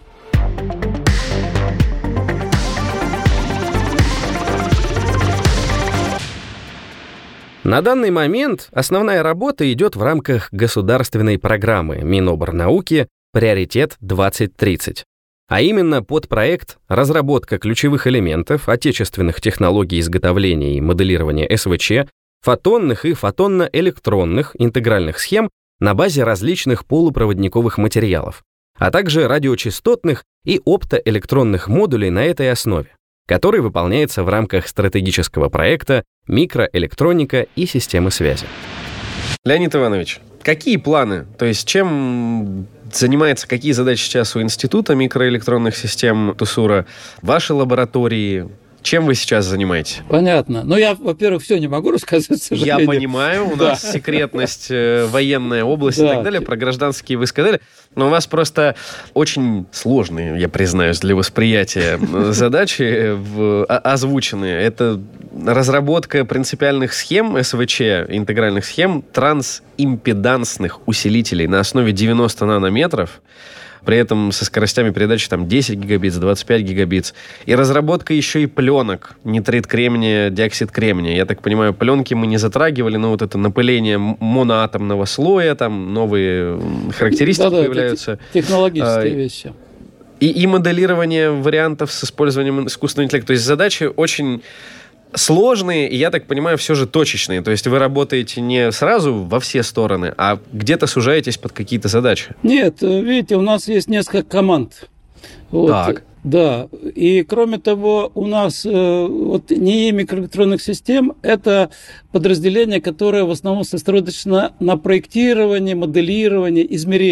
На данный момент основная работа идет в рамках государственной программы Миноборнауки «Приоритет 2030». А именно подпроект «Разработка ключевых элементов отечественных технологий изготовления и моделирования СВЧ, фотонных и фотонно-электронных интегральных схем на базе различных полупроводниковых материалов, а также радиочастотных и оптоэлектронных модулей на этой основе, который выполняется в рамках стратегического проекта «Микроэлектроника и системы связи». Леонид Иванович, какие планы? То есть чем занимается, какие задачи сейчас у Института микроэлектронных систем ТУСУРа, ваши лаборатории? Чем вы сейчас занимаетесь? Понятно. Но я, во-первых, все не могу рассказать, к Я сожалению. понимаю, у нас секретность, военная область и Да. так далее, про гражданские вы сказали, но у вас просто очень сложные, я признаюсь, для восприятия задачи озвученные. Это разработка принципиальных схем СВЧ, интегральных схем, трансимпедансных усилителей на основе 90 нанометров, при этом со скоростями передачи там 10 гигабит, 25 гигабит. И разработка еще и пленок, нитрит кремния, диоксид кремния. Я так понимаю, пленки мы не затрагивали, но вот это напыление моноатомного слоя, там новые характеристики Да-да, появляются. это технологические вещи. И моделирование вариантов с использованием искусственного интеллекта. То есть задачи очень сложные, и, я так понимаю, все же точечные. То есть вы работаете не сразу во все стороны, а где-то сужаетесь под какие-то задачи. Нет, видите, у нас есть несколько команд. Вот. Так. Да, и кроме того, у нас вот НИИ микроэлектронных систем – это подразделение, которое в основном сосредоточено на проектировании, моделировании, измерениях.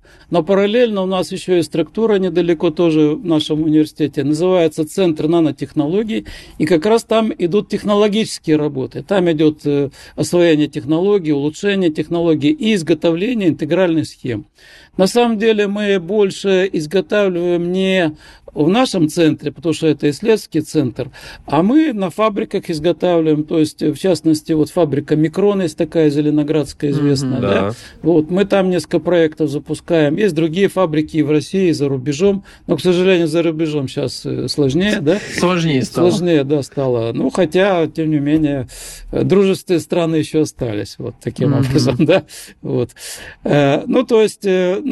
Но параллельно у нас еще есть структура недалеко тоже в нашем университете, называется Центр нанотехнологий, и как раз там идут технологические работы. Там идет освоение технологий, улучшение технологий и изготовление интегральных схем. На самом деле мы больше изготавливаем не в нашем центре, потому что это исследовательский центр, а мы на фабриках изготавливаем, то есть, в частности, вот фабрика Микрон есть такая, зеленоградская, известная, да? Вот, мы там несколько проектов запускаем. Есть другие фабрики и в России, и за рубежом, но, к сожалению, за рубежом сейчас сложнее, да? Сложнее стало. Сложнее, да, стало. Ну, хотя, тем не менее, дружественные страны еще остались, вот таким образом, да? Вот. Ну, то есть,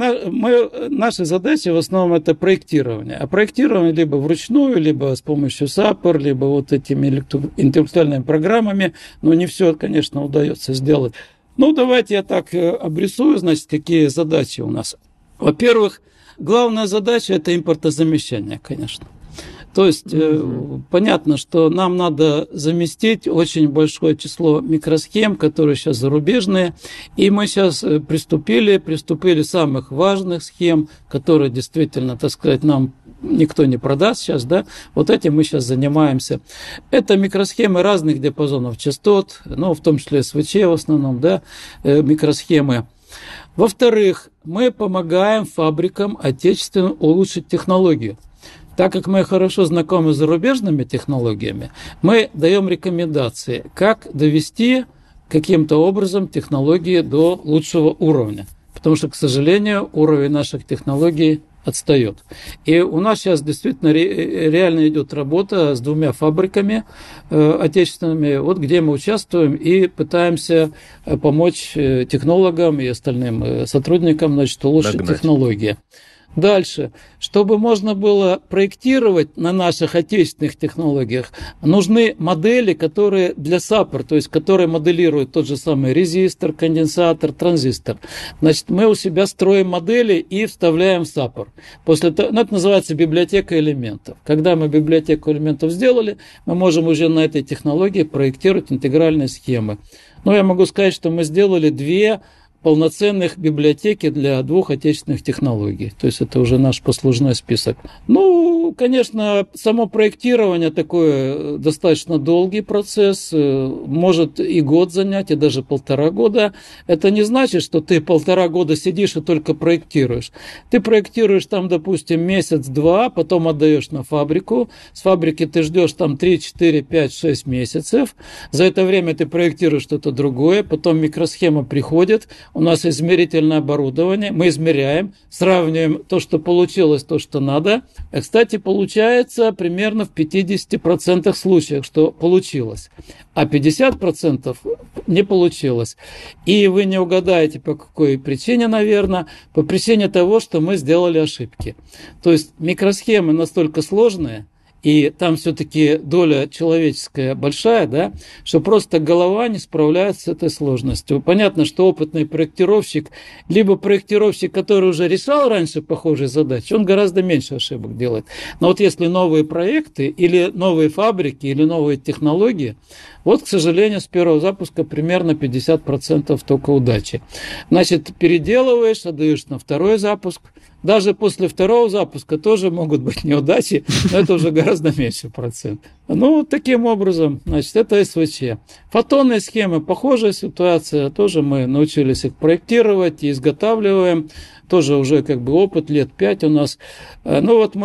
наши задачи в основном это проектирование. А проектирование либо вручную, либо с помощью САПР, либо вот этими интеллектуальными программами. Но не все, конечно, удается сделать. Ну, давайте я так обрисую, значит, какие задачи у нас. Во-первых, главная задача – это импортозамещение, конечно. То есть, понятно, что нам надо заместить очень большое число микросхем, которые сейчас зарубежные, и мы сейчас приступили самых важных схем, которые действительно, так сказать, нам никто не продаст сейчас, да, вот этим мы сейчас занимаемся. Это микросхемы разных диапазонов частот, ну, в том числе СВЧ в основном, да, микросхемы. Во-вторых, мы помогаем фабрикам отечественно улучшить технологию. Так как мы хорошо знакомы с зарубежными технологиями, мы даем рекомендации, как довести каким-то образом технологии до лучшего уровня. Потому что, к сожалению, уровень наших технологий отстает. И у нас сейчас действительно реально идет работа с 2 фабриками отечественными, вот где мы участвуем и пытаемся помочь технологам и остальным сотрудникам, значит, улучшить технологии. Дальше, чтобы можно было проектировать на наших отечественных технологиях, нужны модели, которые для САПР, то есть которые моделируют тот же самый резистор, конденсатор, транзистор. Значит, мы у себя строим модели и вставляем в САПР. После того, это называется библиотека элементов. Когда мы библиотеку элементов сделали, мы можем уже на этой технологии проектировать интегральные схемы. Но я могу сказать, что мы сделали 2 полноценных библиотеки для 2 отечественных технологий. То есть это уже наш послужной список. Ну, конечно, само проектирование такой достаточно долгий процесс, может и год занять, и даже 1,5 года. Это не значит, что ты 1,5 года сидишь и только проектируешь. Ты проектируешь там, допустим, месяц-два, потом отдаешь на фабрику. С фабрики ты ждешь там 3, 4, 5, 6 месяцев. За это время ты проектируешь что-то другое, потом микросхема приходит. У нас измерительное оборудование, мы измеряем, сравниваем то, что получилось, то, что надо. Кстати, получается примерно в 50% случаев, что получилось, а 50% не получилось. И вы не угадаете, по какой причине, наверное, по причине того, что мы сделали ошибки. То есть микросхемы настолько сложные, и там все-таки доля человеческая большая, да, что просто голова не справляется с этой сложностью. Понятно, что опытный проектировщик, либо проектировщик, который уже решал раньше похожие задачи, он гораздо меньше ошибок делает. Но вот если новые проекты, или новые фабрики, или новые технологии, вот, к сожалению, с первого запуска примерно 50% только удачи. Значит, переделываешь, отдаешь на второй запуск. Даже после второго запуска тоже могут быть неудачи, но это уже гораздо меньше процент. Ну, таким образом, значит, это СВЧ. Фотонные схемы, похожая ситуация, тоже мы научились их проектировать и изготавливаем. Тоже уже как бы опыт, лет 5 у нас. Ну вот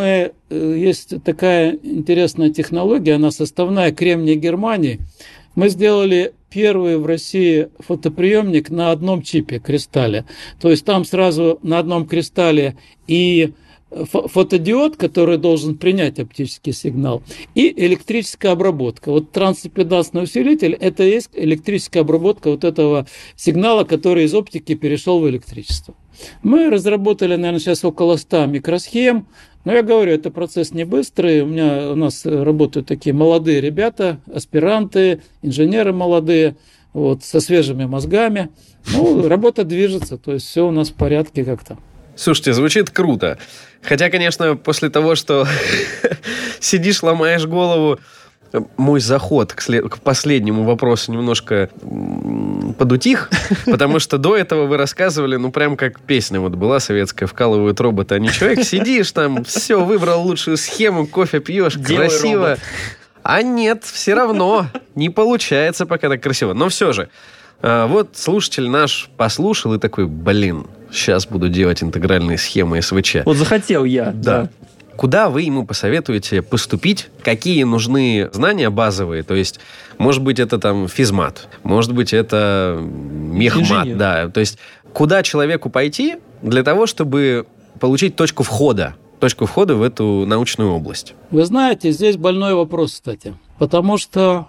есть такая интересная технология, она составная Кремния Германии. Мы сделали первый в России фотоприемник на одном чипе, кристалле. То есть там сразу на одном кристалле и фотодиод, который должен принять оптический сигнал, и электрическая обработка. Вот трансимпедансный усилитель – это и есть электрическая обработка вот этого сигнала, который из оптики перешел в электричество. Мы разработали, наверное, сейчас около 100 микросхем. Но я говорю, это процесс не быстрый. У нас работают такие молодые ребята, аспиранты, инженеры молодые, вот, со свежими мозгами. Ну, работа движется, то есть все у нас в порядке как-то. Слушайте, звучит круто. Хотя, конечно, после того, что сидишь, ломаешь голову, мой заход к последнему вопросу немножко подутих, потому что до этого вы рассказывали, прям как песня вот была советская, вкалывают роботы, а не человек. Сидишь там, все, выбрал лучшую схему, кофе пьешь, красиво. Робот. А нет, все равно не получается пока так красиво. Но все же, вот слушатель наш послушал и такой, сейчас буду делать интегральные схемы СВЧ. Вот захотел я. Да. Куда вы ему посоветуете поступить? Какие нужны знания базовые? То есть, может быть, это там физмат, может быть, это мехмат. Да. То есть, куда человеку пойти для того, чтобы получить точку входа в эту научную область? Вы знаете, здесь больной вопрос, кстати. Потому что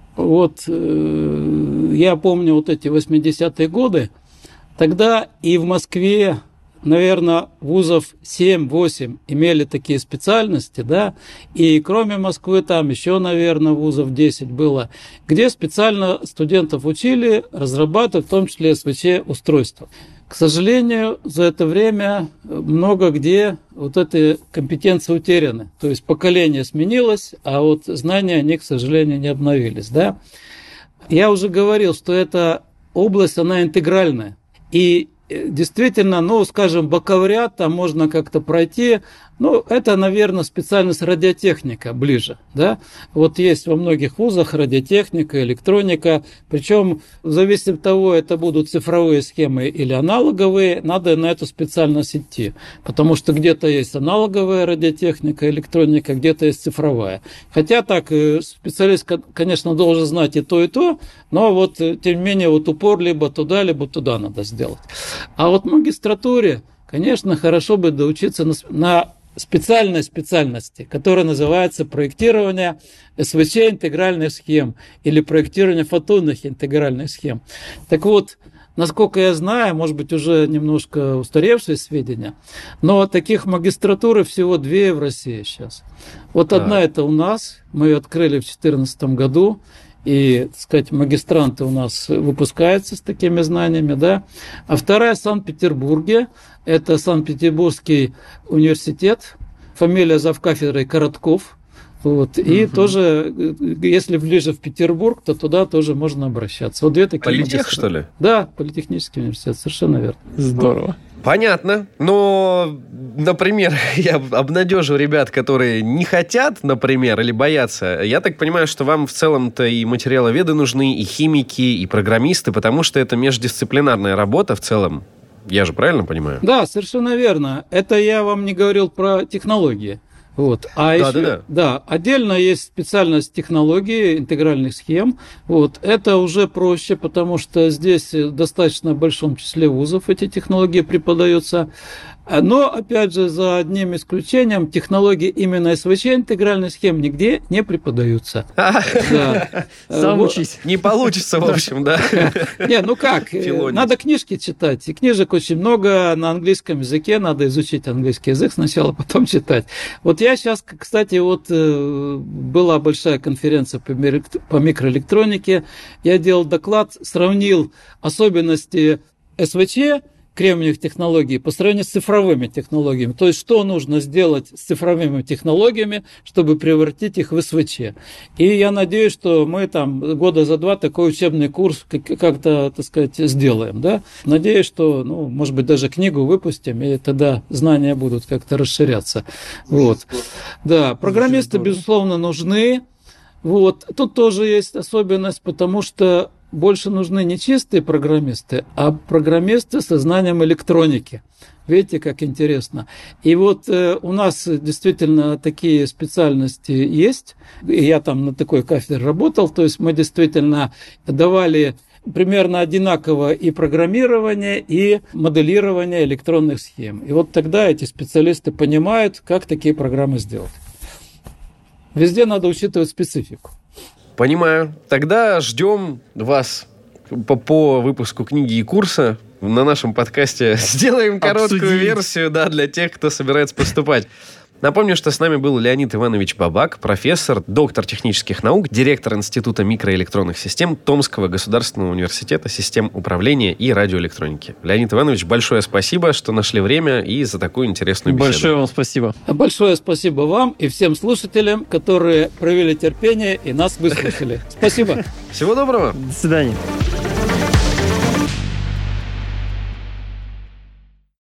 я помню вот эти 80-е годы, тогда и в Москве, наверное, вузов 7-8 имели такие специальности, да, и кроме Москвы там еще, наверное, вузов 10 было, где специально студентов учили разрабатывать, в том числе СВЧ-устройства. К сожалению, за это время много где вот эти компетенции утеряны. То есть поколение сменилось, а вот знания, они, к сожалению, не обновились, да. Я уже говорил, что эта область, она интегральная. И действительно, скажем, бакалавриат там можно как-то пройти. Это, наверное, специальность радиотехника ближе, да. Вот есть во многих вузах радиотехника, электроника. Причем, в зависимости от того, это будут цифровые схемы или аналоговые, надо на эту специальность идти. Потому что где-то есть аналоговая радиотехника, электроника, где-то есть цифровая. Хотя так, специалист, конечно, должен знать и то, но тем не менее, упор либо туда надо сделать. А в магистратуре, конечно, хорошо бы доучиться на специальной специальности, которая называется проектирование СВЧ интегральных схем или проектирование фотонных интегральных схем. Так вот, насколько я знаю, может быть, уже немножко устаревшие сведения, но таких магистратур всего 2 в России сейчас. Одна это у нас, мы ее открыли в 2014 году, и, так сказать, магистранты у нас выпускаются с такими знаниями, да. А вторая в Санкт-Петербурге, это Санкт-Петербургский университет, фамилия завкафедрой Коротков. И тоже, если ближе в Петербург, то туда тоже можно обращаться. 2 такие Политех, что ли? Да, Политехнический университет, совершенно верно. Здорово. Понятно. Но, например, я обнадежу ребят, которые не хотят, например, или боятся. Я так понимаю, что вам в целом-то и материаловеды нужны, и химики, и программисты, потому что это междисциплинарная работа в целом. Я же правильно понимаю? Да, совершенно верно. Это я вам не говорил про технологии. Да. Отдельно есть специальность технологии интегральных схем. Это уже проще, потому что здесь в достаточно большом числе вузов эти технологии преподаются. Но, опять же, за одним исключением, технологии именно СВЧ интегральных схем нигде не преподаются. Сам учись. Не получится, в общем, да? Как? Надо книжки читать. И книжек очень много на английском языке. Надо изучить английский язык сначала, потом читать. Я сейчас, кстати, была большая конференция по микроэлектронике. Я делал доклад, сравнил особенности СВЧ, кремниевых технологий по сравнению с цифровыми технологиями. То есть, что нужно сделать с цифровыми технологиями, чтобы превратить их в СВЧ. И я надеюсь, что мы там года за 2 такой учебный курс как-то, так сказать, сделаем. Да? Надеюсь, что, может быть, даже книгу выпустим, и тогда знания будут как-то расширяться. Да, программисты, безусловно, нужны. Тут тоже есть особенность, потому что больше нужны не чистые программисты, а программисты со знанием электроники. Видите, как интересно. И у нас действительно такие специальности есть. Я там на такой кафедре работал, то есть мы действительно давали примерно одинаково и программирование, и моделирование электронных схем. И тогда эти специалисты понимают, как такие программы сделать. Везде надо учитывать специфику. Понимаю. Тогда ждем вас по выпуску книги и курса. На нашем подкасте сделаем короткую версию, для тех, кто собирается поступать. Напомню, что с нами был Леонид Иванович Бабак, профессор, доктор технических наук, директор Института микроэлектронных систем Томского государственного университета систем управления и радиоэлектроники. Леонид Иванович, большое спасибо, что нашли время и за такую интересную беседу. Большое вам спасибо. Большое спасибо вам и всем слушателям, которые проявили терпение и нас выслушали. Спасибо. Всего доброго. До свидания.